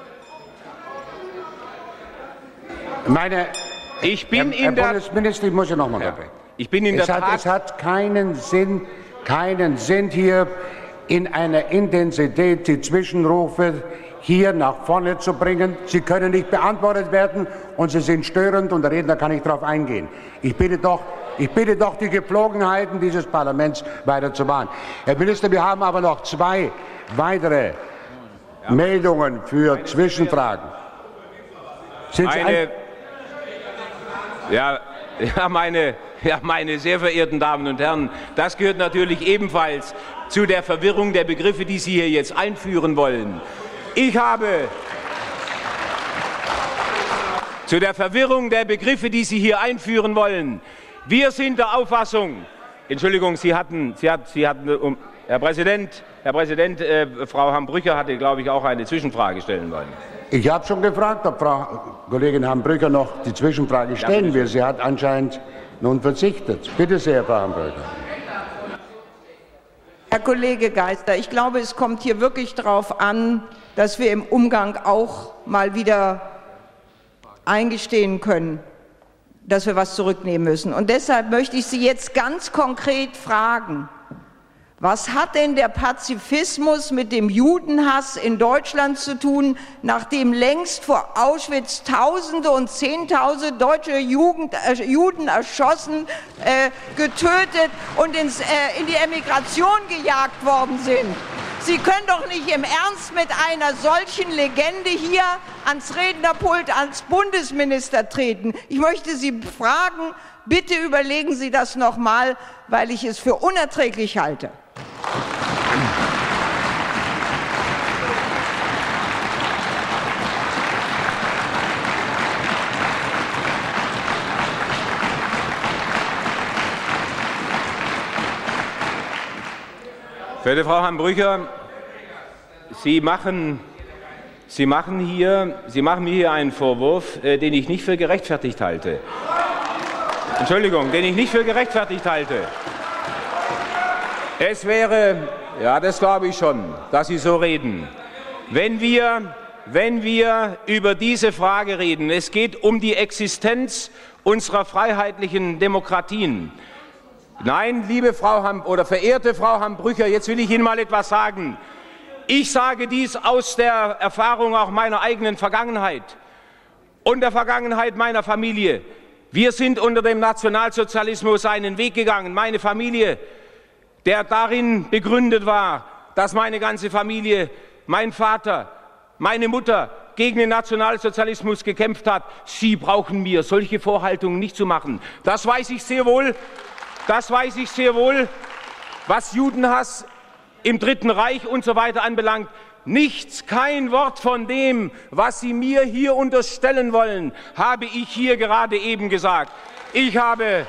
meine, ich bin Herr, in Herr der Bundesminister, ich muss ja noch mal ja, unterbrechen. Ich bin in es der hat, Tat. Es hat keinen Sinn, keinen Sinn hier in einer Intensität die Zwischenrufe hier nach vorne zu bringen. Sie können nicht beantwortet werden und sie sind störend und der Redner kann nicht darauf eingehen. Ich bitte doch, ich bitte doch, die Gepflogenheiten dieses Parlaments weiter zu wahren. Herr Minister, wir haben aber noch zwei weitere ja. Meldungen für meine Zwischenfragen. Sind meine, ja, ja, meine, ja, meine sehr verehrten Damen und Herren, das gehört natürlich ebenfalls zu der Verwirrung der Begriffe, die Sie hier jetzt einführen wollen. Ich habe zu der Verwirrung der Begriffe, die Sie hier einführen wollen. Wir sind der Auffassung, Entschuldigung, Sie hatten, Sie hat, Sie hatten, um, Herr Präsident, Herr Präsident, äh, Frau Hambrücher hatte, glaube ich, auch eine Zwischenfrage stellen wollen. Ich habe schon gefragt, ob Frau Kollegin Hambrücher noch die Zwischenfrage stellen ja, will. Sie hat anscheinend nun verzichtet. Bitte sehr, Frau Hambrücher. Herr Kollege Geisler, ich glaube, es kommt hier wirklich darauf an, dass wir im Umgang auch mal wieder eingestehen können, dass wir was zurücknehmen müssen. Und deshalb möchte ich Sie jetzt ganz konkret fragen, was hat denn der Pazifismus mit dem Judenhass in Deutschland zu tun, nachdem längst vor Auschwitz Tausende und Zehntausende deutsche Jugend, äh, Juden erschossen, äh, getötet und ins, äh, in die Emigration gejagt worden sind? Sie können doch nicht im Ernst mit einer solchen Legende hier ans Rednerpult als Bundesminister treten. Ich möchte Sie fragen, bitte überlegen Sie das noch mal, weil ich es für unerträglich halte. Verehrte Frau Hambrücher, Sie machen, Sie machen hier, Sie machen mir hier einen Vorwurf, äh, den ich nicht für gerechtfertigt halte. Entschuldigung, den ich nicht für gerechtfertigt halte. Es wäre, ja, das glaube ich schon, dass Sie so reden. Wenn wir, wenn wir über diese Frage reden, es geht um die Existenz unserer freiheitlichen Demokratien. Nein, liebe Frau Ham, oder verehrte Frau Hambrücher, jetzt will ich Ihnen mal etwas sagen. Ich sage dies aus der Erfahrung auch meiner eigenen Vergangenheit und der Vergangenheit meiner Familie. Wir sind unter dem Nationalsozialismus einen Weg gegangen, meine Familie, der darin begründet war, dass meine ganze Familie, mein Vater, meine Mutter gegen den Nationalsozialismus gekämpft hat. Sie brauchen mir solche Vorhaltungen nicht zu machen. Das weiß ich sehr wohl, das weiß ich sehr wohl, was Judenhass im Dritten Reich und so weiter anbelangt. Nichts, kein Wort von dem, was Sie mir hier unterstellen wollen, habe ich hier gerade eben gesagt. Ich habe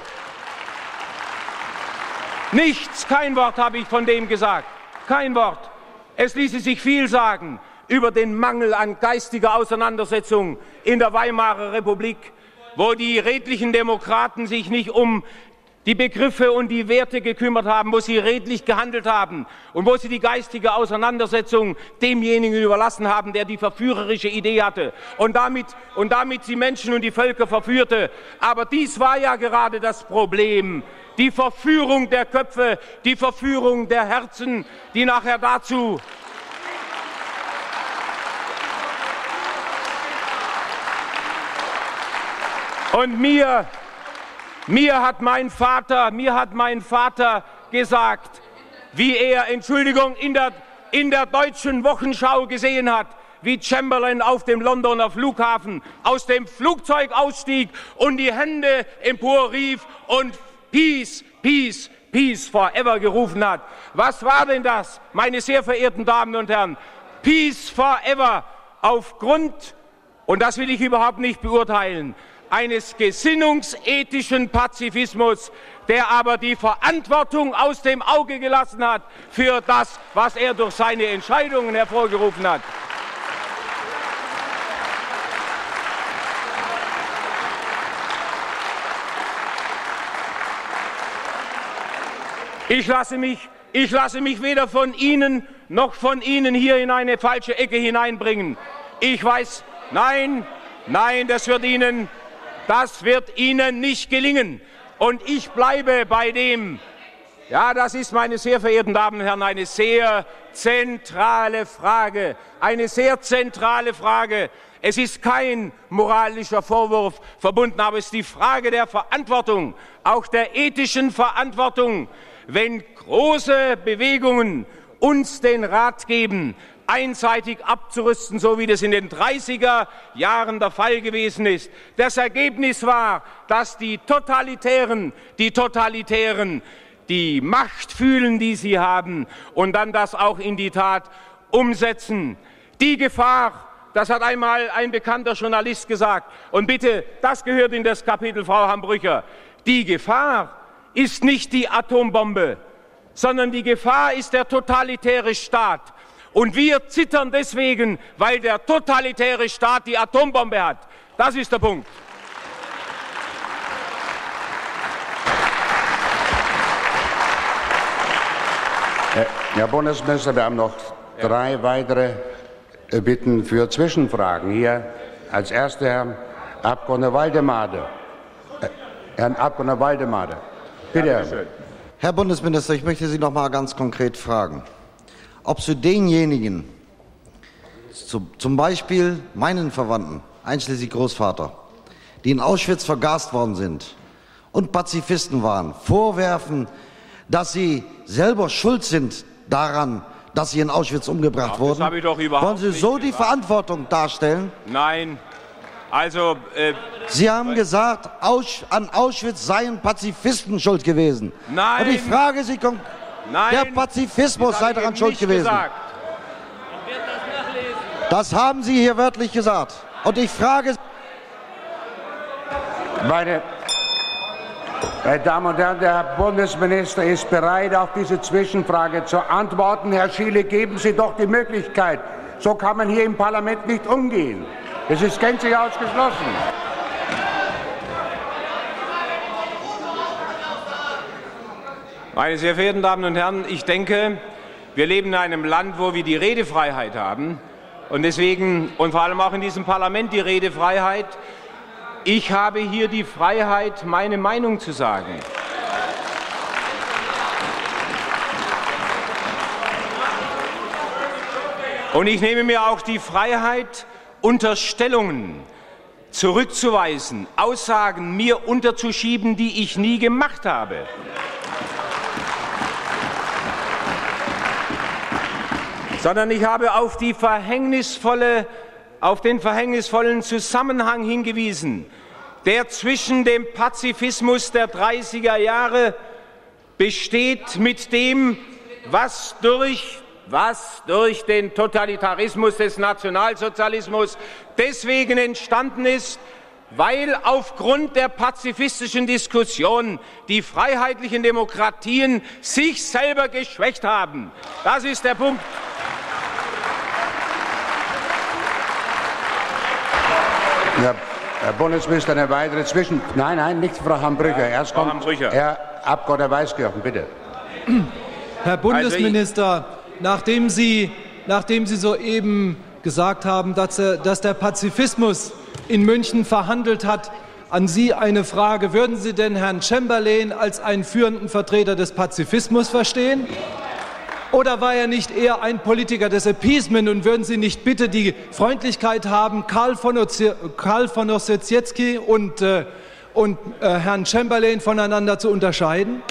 nichts, kein Wort habe ich von dem gesagt. Kein Wort. Es ließe sich viel sagen über den Mangel an geistiger Auseinandersetzung in der Weimarer Republik, wo die redlichen Demokraten sich nicht um die Begriffe und die Werte gekümmert haben, wo sie redlich gehandelt haben und wo sie die geistige Auseinandersetzung demjenigen überlassen haben, der die verführerische Idee hatte und damit, und damit sie Menschen und die Völker verführte. Aber dies war ja gerade das Problem, die Verführung der Köpfe, die Verführung der Herzen, die nachher dazu und mir Mir hat mein Vater, mir hat mein Vater gesagt, wie er, Entschuldigung, in der, in der deutschen Wochenschau gesehen hat, wie Chamberlain auf dem Londoner Flughafen aus dem Flugzeug ausstieg und die Hände emporrief und Peace, Peace, Peace forever gerufen hat. Was war denn das, meine sehr verehrten Damen und Herren? Peace forever aufgrund, und das will ich überhaupt nicht beurteilen, eines gesinnungsethischen Pazifismus, der aber die Verantwortung aus dem Auge gelassen hat für das, was er durch seine Entscheidungen hervorgerufen hat. Ich lasse mich, ich lasse mich weder von Ihnen noch von Ihnen hier in eine falsche Ecke hineinbringen. Ich weiß, nein, nein, das wird Ihnen Das wird Ihnen nicht gelingen. Und ich bleibe bei dem, ja, das ist, meine sehr verehrten Damen und Herren, eine sehr zentrale Frage. Eine sehr zentrale Frage. Es ist kein moralischer Vorwurf verbunden, aber es ist die Frage der Verantwortung, auch der ethischen Verantwortung, wenn große Bewegungen uns den Rat geben, einseitig abzurüsten, so wie das in den dreißiger Jahren der Fall gewesen ist. Das Ergebnis war, dass die Totalitären, die Totalitären die Macht fühlen, die sie haben, und dann das auch in die Tat umsetzen. Die Gefahr, das hat einmal ein bekannter Journalist gesagt, und bitte, das gehört in das Kapitel, Frau Hambrücher, die Gefahr ist nicht die Atombombe, sondern die Gefahr ist der totalitäre Staat. Und wir zittern deswegen, weil der totalitäre Staat die Atombombe hat. Das ist der Punkt. Herr Bundesminister, wir haben noch drei weitere Bitten für Zwischenfragen. Hier als erster Herr Abgeordneter Waldemade. Herrn Abgeordneter Waldemade. Bitte. Ja, Herr Bundesminister, ich möchte Sie noch mal ganz konkret fragen, ob Sie denjenigen, zum Beispiel meinen Verwandten, einschließlich Großvater, die in Auschwitz vergast worden sind und Pazifisten waren, vorwerfen, dass sie selber schuld sind daran, dass sie in Auschwitz umgebracht Ach, wurden? Das habe ich doch überhaupt Wollen Sie nicht so die gesagt. Verantwortung darstellen? Nein. Also, äh, Sie haben gesagt, Ausch an Auschwitz seien Pazifisten schuld gewesen. Nein. Und ich frage Sie, Nein, der Pazifismus sei daran schuld gewesen. Gesagt. Das haben Sie hier wörtlich gesagt. Und ich frage Meine, Meine Damen und Herren, der Herr Bundesminister ist bereit, auf diese Zwischenfrage zu antworten. Herr Schiele, geben Sie doch die Möglichkeit. So kann man hier im Parlament nicht umgehen. Das ist gänzlich ausgeschlossen. Meine sehr verehrten Damen und Herren, ich denke, wir leben in einem Land, wo wir die Redefreiheit haben und deswegen und vor allem auch in diesem Parlament die Redefreiheit. Ich habe hier die Freiheit, meine Meinung zu sagen. Und ich nehme mir auch die Freiheit, Unterstellungen zurückzuweisen, Aussagen mir unterzuschieben, die ich nie gemacht habe. Sondern ich habe auf die verhängnisvolle auf den verhängnisvollen Zusammenhang hingewiesen, der zwischen dem Pazifismus der dreißiger Jahre besteht mit dem, was durch, was durch den Totalitarismus des Nationalsozialismus deswegen entstanden ist, weil aufgrund der pazifistischen Diskussion die freiheitlichen Demokratien sich selber geschwächt haben. Das ist der Punkt. Ja, Herr Bundesminister, eine weitere Zwischen... Nein, nein, nicht Frau Hambrücher. Erst Frau kommt Hambrücher. Herr Abgeordneter Weiskirchen, bitte. Herr Bundesminister, also nachdem, Sie, nachdem Sie soeben gesagt haben, dass, dass der Pazifismus in München verhandelt hat, an Sie eine Frage. Würden Sie denn Herrn Chamberlain als einen führenden Vertreter des Pazifismus verstehen? Oder war er nicht eher ein Politiker des Appeasement? Und würden Sie nicht bitte die Freundlichkeit haben, Karl von, Ozie Karl von Ossietzky und, äh, und äh, Herrn Chamberlain voneinander zu unterscheiden?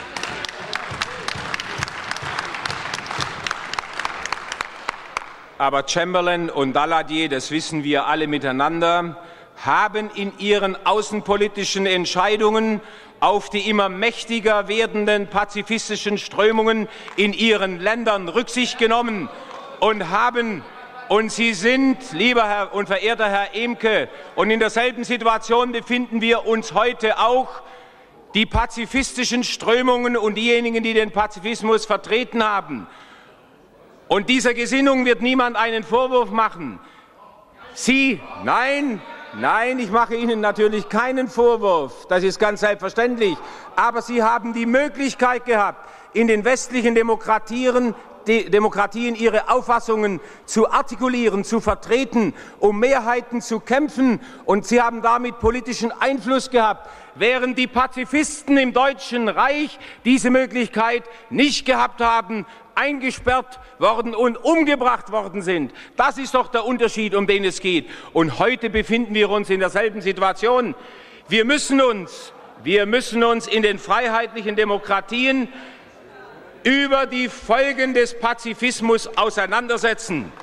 Aber Chamberlain und Daladier, das wissen wir alle miteinander, haben in ihren außenpolitischen Entscheidungen auf die immer mächtiger werdenden pazifistischen Strömungen in ihren Ländern Rücksicht genommen und haben und Sie sind, lieber Herr und verehrter Herr Emke, und in derselben Situation befinden wir uns heute auch, die pazifistischen Strömungen und diejenigen, die den Pazifismus vertreten haben. Und dieser Gesinnung wird niemand einen Vorwurf machen. Sie, nein, Nein, ich mache Ihnen natürlich keinen Vorwurf, das ist ganz selbstverständlich. Aber Sie haben die Möglichkeit gehabt, in den westlichen Demokratien, die Demokratien ihre Auffassungen zu artikulieren, zu vertreten, um Mehrheiten zu kämpfen. Und Sie haben damit politischen Einfluss gehabt, während die Pazifisten im Deutschen Reich diese Möglichkeit nicht gehabt haben, eingesperrt worden und umgebracht worden sind. Das ist doch der Unterschied, um den es geht. Und heute befinden wir uns in derselben Situation. Wir müssen uns, wir müssen uns in den freiheitlichen Demokratien über die Folgen des Pazifismus auseinandersetzen.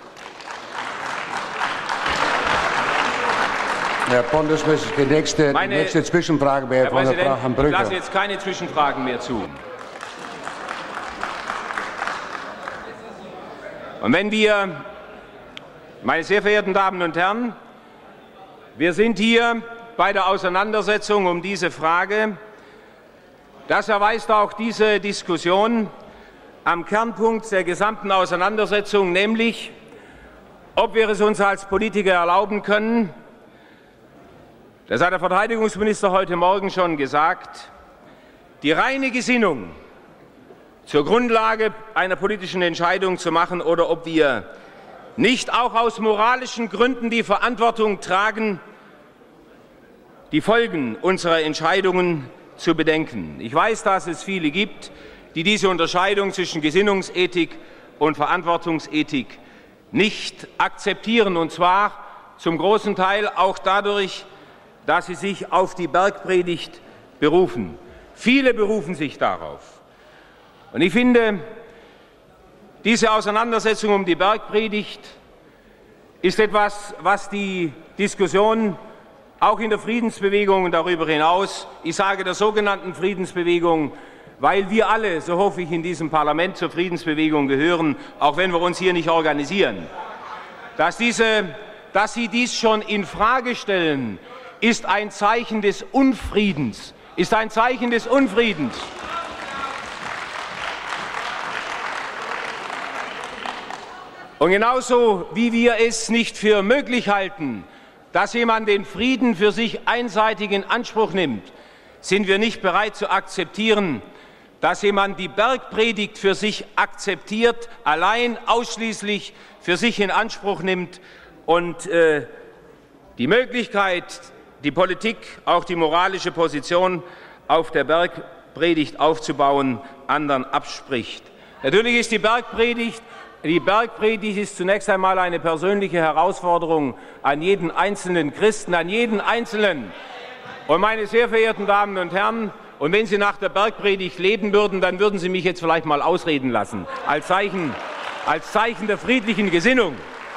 Herr Bundesminister, die nächste, Meine, die nächste Zwischenfrage wäre von der Frau Hambrücker. Ich lasse jetzt keine Zwischenfragen mehr zu. Und wenn wir, meine sehr verehrten Damen und Herren, wir sind hier bei der Auseinandersetzung um diese Frage, das erweist auch diese Diskussion am Kernpunkt der gesamten Auseinandersetzung, nämlich, ob wir es uns als Politiker erlauben können, das hat der Verteidigungsminister heute Morgen schon gesagt, die reine Gesinnung zur Grundlage einer politischen Entscheidung zu machen oder ob wir nicht auch aus moralischen Gründen die Verantwortung tragen, die Folgen unserer Entscheidungen zu bedenken. Ich weiß, dass es viele gibt, die diese Unterscheidung zwischen Gesinnungsethik und Verantwortungsethik nicht akzeptieren, und zwar zum großen Teil auch dadurch, dass sie sich auf die Bergpredigt berufen. Viele berufen sich darauf. Und ich finde, diese Auseinandersetzung um die Bergpredigt ist etwas, was die Diskussion auch in der Friedensbewegung und darüber hinaus, ich sage der sogenannten Friedensbewegung, weil wir alle, so hoffe ich, in diesem Parlament zur Friedensbewegung gehören, auch wenn wir uns hier nicht organisieren, dass, diese, dass Sie dies schon in Frage stellen, ist ein Zeichen des Unfriedens ist ein Zeichen des Unfriedens. Und genauso wie wir es nicht für möglich halten, dass jemand den Frieden für sich einseitig in Anspruch nimmt, sind wir nicht bereit zu akzeptieren, dass jemand die Bergpredigt für sich akzeptiert, allein ausschließlich für sich in Anspruch nimmt und äh, die Möglichkeit, die Politik, auch die moralische Position auf der Bergpredigt aufzubauen, anderen abspricht. Natürlich ist die Bergpredigt Die Bergpredigt ist zunächst einmal eine persönliche Herausforderung an jeden einzelnen Christen, an jeden Einzelnen. Und meine sehr verehrten Damen und Herren, und wenn Sie nach der Bergpredigt leben würden, dann würden Sie mich jetzt vielleicht mal ausreden lassen, als Zeichen, als Zeichen der friedlichen Gesinnung.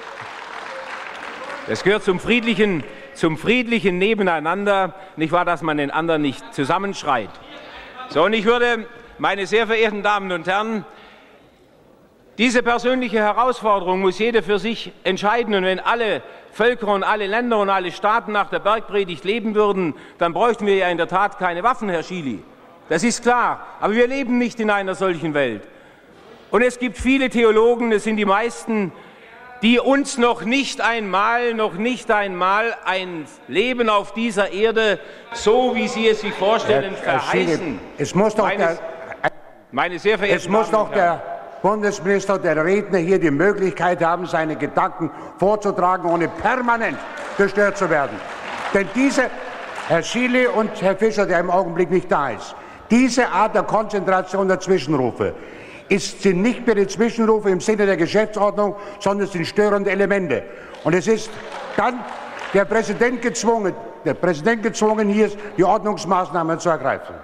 Das gehört zum friedlichen, zum friedlichen Nebeneinander, nicht wahr, dass man den anderen nicht zusammenschreit. So, und ich würde, meine sehr verehrten Damen und Herren, diese persönliche Herausforderung muss jeder für sich entscheiden. Und wenn alle Völker und alle Länder und alle Staaten nach der Bergpredigt leben würden, dann bräuchten wir ja in der Tat keine Waffen, Herr Schily. Das ist klar. Aber wir leben nicht in einer solchen Welt. Und es gibt viele Theologen, es sind die meisten, die uns noch nicht einmal, noch nicht einmal ein Leben auf dieser Erde, so wie Sie es sich vorstellen, Herr, Herr verheißen. Schily, es muss doch meine, der, meine sehr verehrten es muss Damen doch und Herren, der Bundesminister, der Redner hier die Möglichkeit haben, seine Gedanken vorzutragen, ohne permanent gestört zu werden. Denn diese, Herr Schily und Herr Fischer, der im Augenblick nicht da ist, diese Art der Konzentration der Zwischenrufe ist, sind nicht mehr die Zwischenrufe im Sinne der Geschäftsordnung, sondern es sind störende Elemente. Und es ist dann der Präsident gezwungen, der Präsident gezwungen, hier die Ordnungsmaßnahmen zu ergreifen.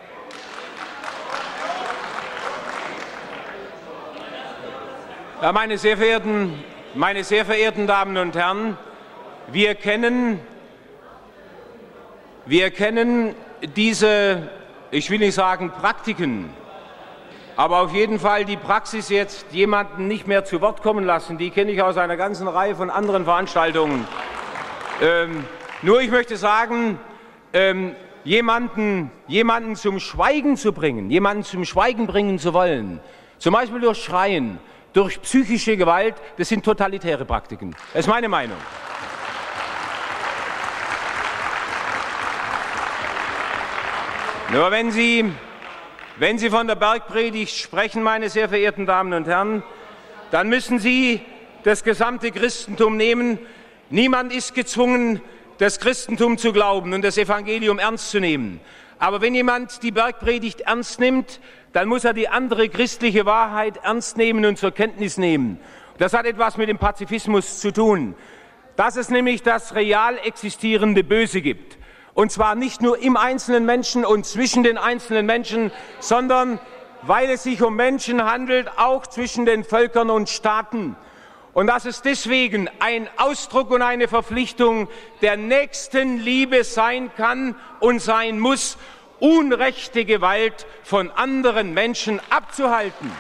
Ja, meine sehr verehrten, meine sehr verehrten Damen und Herren, wir kennen, wir kennen diese, ich will nicht sagen Praktiken, aber auf jeden Fall die Praxis, jetzt jemanden nicht mehr zu Wort kommen lassen, die kenne ich aus einer ganzen Reihe von anderen Veranstaltungen. Ähm, nur ich möchte sagen, ähm, jemanden, jemanden zum Schweigen zu bringen, jemanden zum Schweigen bringen zu wollen, zum Beispiel durch Schreien, durch psychische Gewalt, das sind totalitäre Praktiken. Das ist meine Meinung. Nur wenn Sie, wenn Sie von der Bergpredigt sprechen, meine sehr verehrten Damen und Herren, dann müssen Sie das gesamte Christentum nehmen. Niemand ist gezwungen, das Christentum zu glauben und das Evangelium ernst zu nehmen. Aber wenn jemand die Bergpredigt ernst nimmt, dann muss er die andere christliche Wahrheit ernst nehmen und zur Kenntnis nehmen. Das hat etwas mit dem Pazifismus zu tun, dass es nämlich das real existierende Böse gibt. Und zwar nicht nur im einzelnen Menschen und zwischen den einzelnen Menschen, sondern weil es sich um Menschen handelt, auch zwischen den Völkern und Staaten. Und dass es deswegen ein Ausdruck und eine Verpflichtung der Nächstenliebe sein kann und sein muss, unrechte Gewalt von anderen Menschen abzuhalten.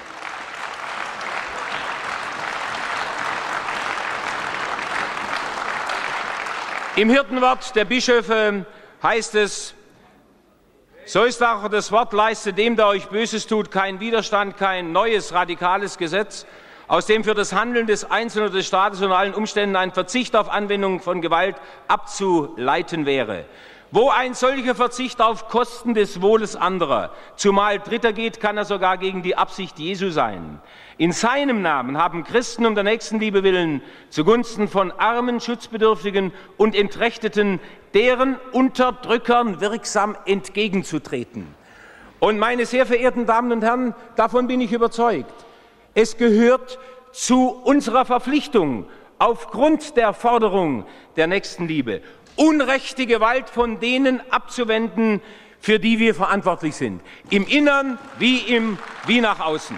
Im Hirtenwort der Bischöfe heißt es, so ist auch das Wort, leistet dem, der euch Böses tut, kein Widerstand, kein neues, radikales Gesetz, aus dem für das Handeln des Einzelnen oder des Staates unter allen Umständen ein Verzicht auf Anwendung von Gewalt abzuleiten wäre. Wo ein solcher Verzicht auf Kosten des Wohles anderer, zumal Dritter geht, kann er sogar gegen die Absicht Jesu sein. In seinem Namen haben Christen um der Nächstenliebe willen zugunsten von Armen, Schutzbedürftigen und Entrechteten deren Unterdrückern wirksam entgegenzutreten. Und meine sehr verehrten Damen und Herren, davon bin ich überzeugt. Es gehört zu unserer Verpflichtung aufgrund der Forderung der Nächstenliebe, unrechte Gewalt von denen abzuwenden, für die wir verantwortlich sind, im Innern wie, im, wie nach außen.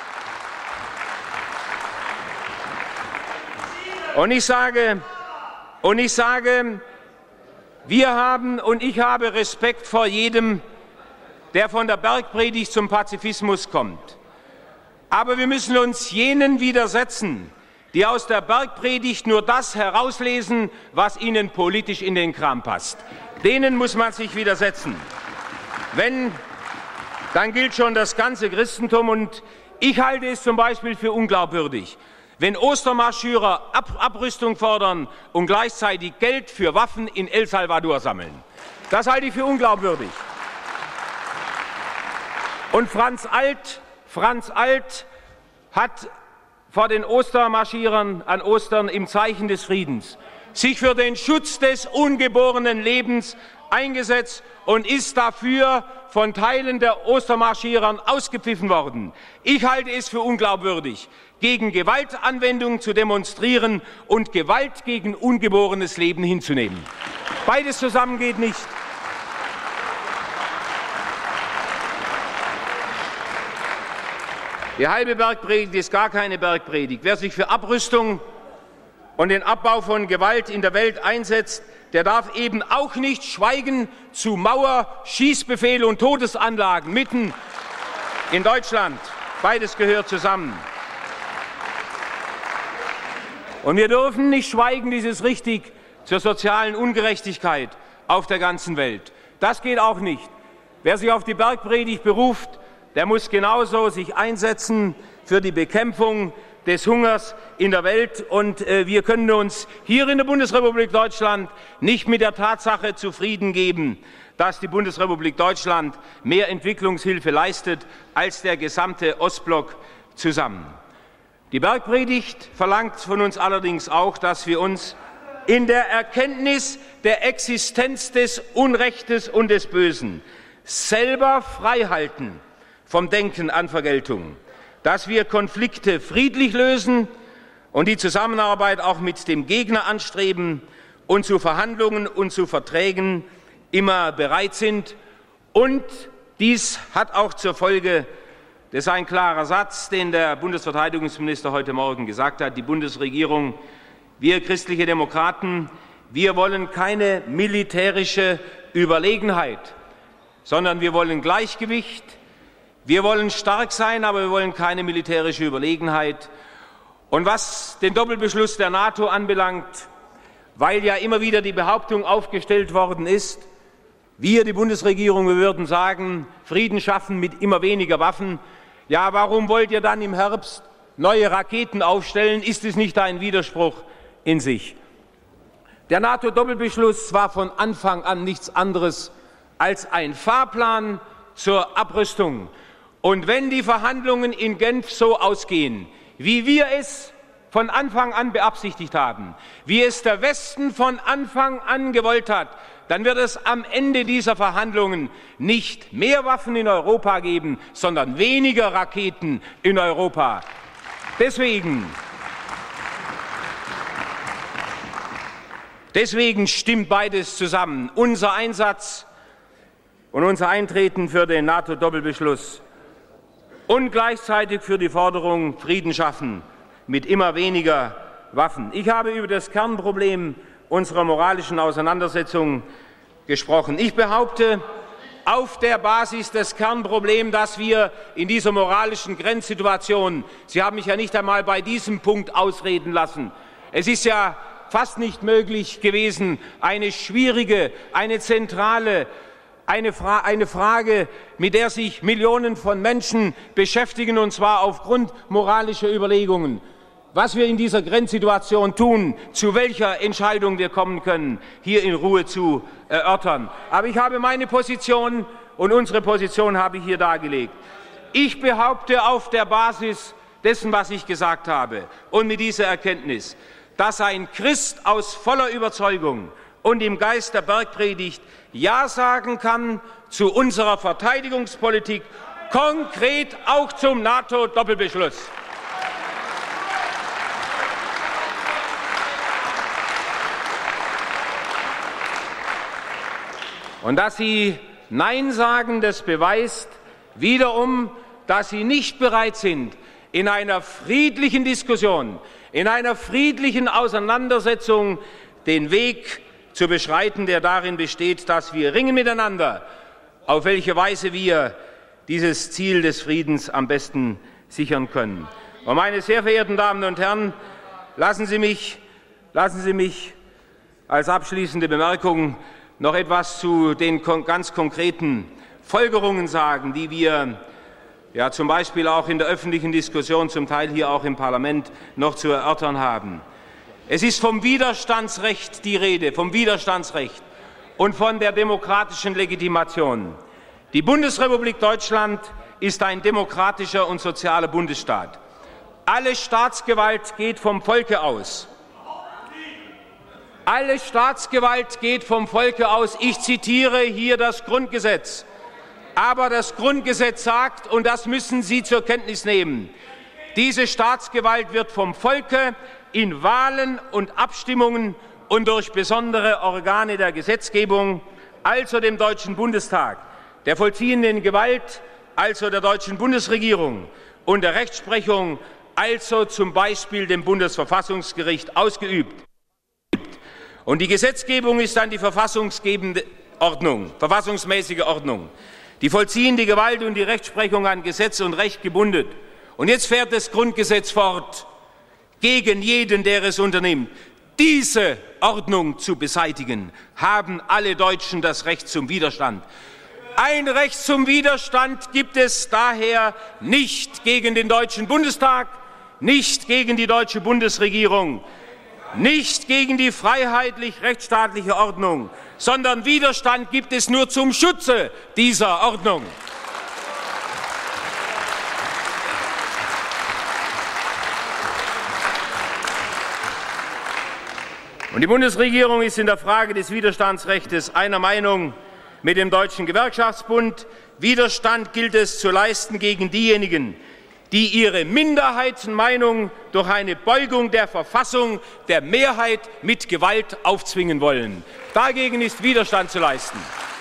Und ich sage, und ich sage, wir haben und ich habe Respekt vor jedem, der von der Bergpredigt zum Pazifismus kommt. Aber wir müssen uns jenen widersetzen, die aus der Bergpredigt nur das herauslesen, was ihnen politisch in den Kram passt. Denen muss man sich widersetzen. wenn, dann gilt schon das ganze Christentum. Und ich halte es zum Beispiel für unglaubwürdig, wenn Ostermarschierer Ab Abrüstung fordern und gleichzeitig Geld für Waffen in El Salvador sammeln. Das halte ich für unglaubwürdig. Und Franz Alt, Franz Alt hat vor den Ostermarschierern an Ostern im Zeichen des Friedens sich für den Schutz des ungeborenen Lebens eingesetzt und ist dafür von Teilen der Ostermarschierern ausgepfiffen worden. Ich halte es für unglaubwürdig, gegen Gewaltanwendung zu demonstrieren und Gewalt gegen ungeborenes Leben hinzunehmen. Beides zusammen geht nicht. Die halbe Bergpredigt ist gar keine Bergpredigt. Wer sich für Abrüstung und den Abbau von Gewalt in der Welt einsetzt, der darf eben auch nicht schweigen zu Mauer, Schießbefehle und Todesanlagen mitten in Deutschland. Beides gehört zusammen. Und wir dürfen nicht schweigen, dies ist richtig, zur sozialen Ungerechtigkeit auf der ganzen Welt. Das geht auch nicht. Wer sich auf die Bergpredigt beruft, der muss genauso sich einsetzen für die Bekämpfung des Hungers in der Welt. Und äh, wir können uns hier in der Bundesrepublik Deutschland nicht mit der Tatsache zufrieden geben, dass die Bundesrepublik Deutschland mehr Entwicklungshilfe leistet als der gesamte Ostblock zusammen. Die Bergpredigt verlangt von uns allerdings auch, dass wir uns in der Erkenntnis der Existenz des Unrechtes und des Bösen selber frei halten vom Denken an Vergeltung, dass wir Konflikte friedlich lösen und die Zusammenarbeit auch mit dem Gegner anstreben und zu Verhandlungen und zu Verträgen immer bereit sind. Und dies hat auch zur Folge, das ist ein klarer Satz, den der Bundesverteidigungsminister heute Morgen gesagt hat, die Bundesregierung, wir christliche Demokraten, wir wollen keine militärische Überlegenheit, sondern wir wollen Gleichgewicht. Wir wollen stark sein, aber wir wollen keine militärische Überlegenheit. Und was den Doppelbeschluss der NATO anbelangt, weil ja immer wieder die Behauptung aufgestellt worden ist, wir, die Bundesregierung, wir würden sagen, Frieden schaffen mit immer weniger Waffen. Ja, warum wollt ihr dann im Herbst neue Raketen aufstellen? Ist es nicht ein Widerspruch in sich? Der NATO-Doppelbeschluss war von Anfang an nichts anderes als ein Fahrplan zur Abrüstung. Und wenn die Verhandlungen in Genf so ausgehen, wie wir es von Anfang an beabsichtigt haben, wie es der Westen von Anfang an gewollt hat, dann wird es am Ende dieser Verhandlungen nicht mehr Waffen in Europa geben, sondern weniger Raketen in Europa. Deswegen, deswegen stimmt beides zusammen. Unser Einsatz und unser Eintreten für den NATO-Doppelbeschluss und gleichzeitig für die Forderung Frieden schaffen mit immer weniger Waffen. Ich habe über das Kernproblem unserer moralischen Auseinandersetzung gesprochen. Ich behaupte, auf der Basis des Kernproblems, dass wir in dieser moralischen Grenzsituation, Sie haben mich ja nicht einmal bei diesem Punkt ausreden lassen, es ist ja fast nicht möglich gewesen, eine schwierige, eine zentrale Eine, Fra eine Frage, mit der sich Millionen von Menschen beschäftigen, und zwar aufgrund moralischer Überlegungen. Was wir in dieser Grenzsituation tun, zu welcher Entscheidung wir kommen können, hier in Ruhe zu erörtern. Aber ich habe meine Position und unsere Position habe ich hier dargelegt. Ich behaupte auf der Basis dessen, was ich gesagt habe und mit dieser Erkenntnis, dass ein Christ aus voller Überzeugung und im Geist der Bergpredigt Ja sagen kann zu unserer Verteidigungspolitik, konkret auch zum NATO-Doppelbeschluss. Und dass Sie Nein sagen, das beweist wiederum, dass Sie nicht bereit sind, in einer friedlichen Diskussion, in einer friedlichen Auseinandersetzung den Weg zu beschreiten, der darin besteht, dass wir ringen miteinander, auf welche Weise wir dieses Ziel des Friedens am besten sichern können. Und meine sehr verehrten Damen und Herren, lassen Sie mich, lassen Sie mich als abschließende Bemerkung noch etwas zu den ganz konkreten Folgerungen sagen, die wir ja zum Beispiel auch in der öffentlichen Diskussion, zum Teil hier auch im Parlament, noch zu erörtern haben. Es ist vom Widerstandsrecht die Rede, vom Widerstandsrecht und von der demokratischen Legitimation. Die Bundesrepublik Deutschland ist ein demokratischer und sozialer Bundesstaat. Alle Staatsgewalt geht vom Volke aus. Alle Staatsgewalt geht vom Volke aus. Ich zitiere hier das Grundgesetz. Aber das Grundgesetz sagt, und das müssen Sie zur Kenntnis nehmen, diese Staatsgewalt wird vom Volke in Wahlen und Abstimmungen und durch besondere Organe der Gesetzgebung, also dem Deutschen Bundestag, der vollziehenden Gewalt, also der deutschen Bundesregierung, und der Rechtsprechung, also zum Beispiel dem Bundesverfassungsgericht, ausgeübt. Und die Gesetzgebung ist dann die verfassungsgebende Ordnung, verfassungsmäßige Ordnung. Die vollziehende Gewalt und die Rechtsprechung an Gesetz und Recht gebunden. Und jetzt fährt das Grundgesetz fort, gegen jeden, der es unternimmt. Diese Ordnung zu beseitigen, haben alle Deutschen das Recht zum Widerstand. Ein Recht zum Widerstand gibt es daher nicht gegen den Deutschen Bundestag, nicht gegen die deutsche Bundesregierung, nicht gegen die freiheitlich-rechtsstaatliche Ordnung, sondern Widerstand gibt es nur zum Schutze dieser Ordnung. Und die Bundesregierung ist in der Frage des Widerstandsrechts einer Meinung mit dem Deutschen Gewerkschaftsbund. Widerstand gilt es zu leisten gegen diejenigen, die ihre Minderheitenmeinung durch eine Beugung der Verfassung der Mehrheit mit Gewalt aufzwingen wollen. Dagegen ist Widerstand zu leisten.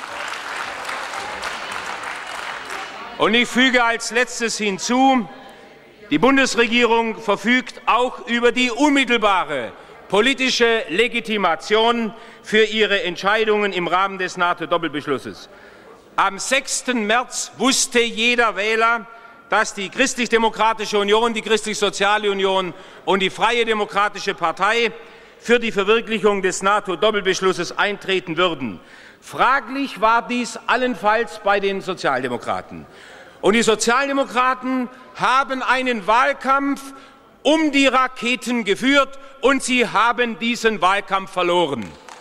Und ich füge als Letztes hinzu, die Bundesregierung verfügt auch über die unmittelbare politische Legitimation für ihre Entscheidungen im Rahmen des NATO-Doppelbeschlusses. Am sechsten März wusste jeder Wähler, dass die Christlich-Demokratische Union, die Christlich-Soziale Union und die Freie Demokratische Partei für die Verwirklichung des NATO-Doppelbeschlusses eintreten würden. Fraglich war dies allenfalls bei den Sozialdemokraten. Und die Sozialdemokraten haben einen Wahlkampf um die Raketen geführt, und sie haben diesen Wahlkampf verloren.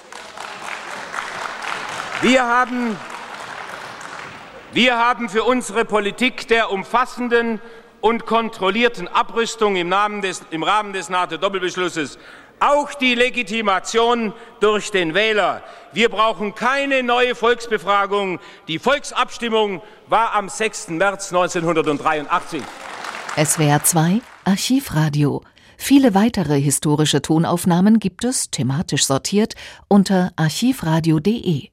Wir haben Wir haben für unsere Politik der umfassenden und kontrollierten Abrüstung im, Namen des, im Rahmen des NATO-Doppelbeschlusses auch die Legitimation durch den Wähler. Wir brauchen keine neue Volksbefragung. Die Volksabstimmung war am sechsten März neunzehnhundertdreiundachtzig. S W R zwei Archivradio. Viele weitere historische Tonaufnahmen gibt es, thematisch sortiert, unter archivradio punkt de.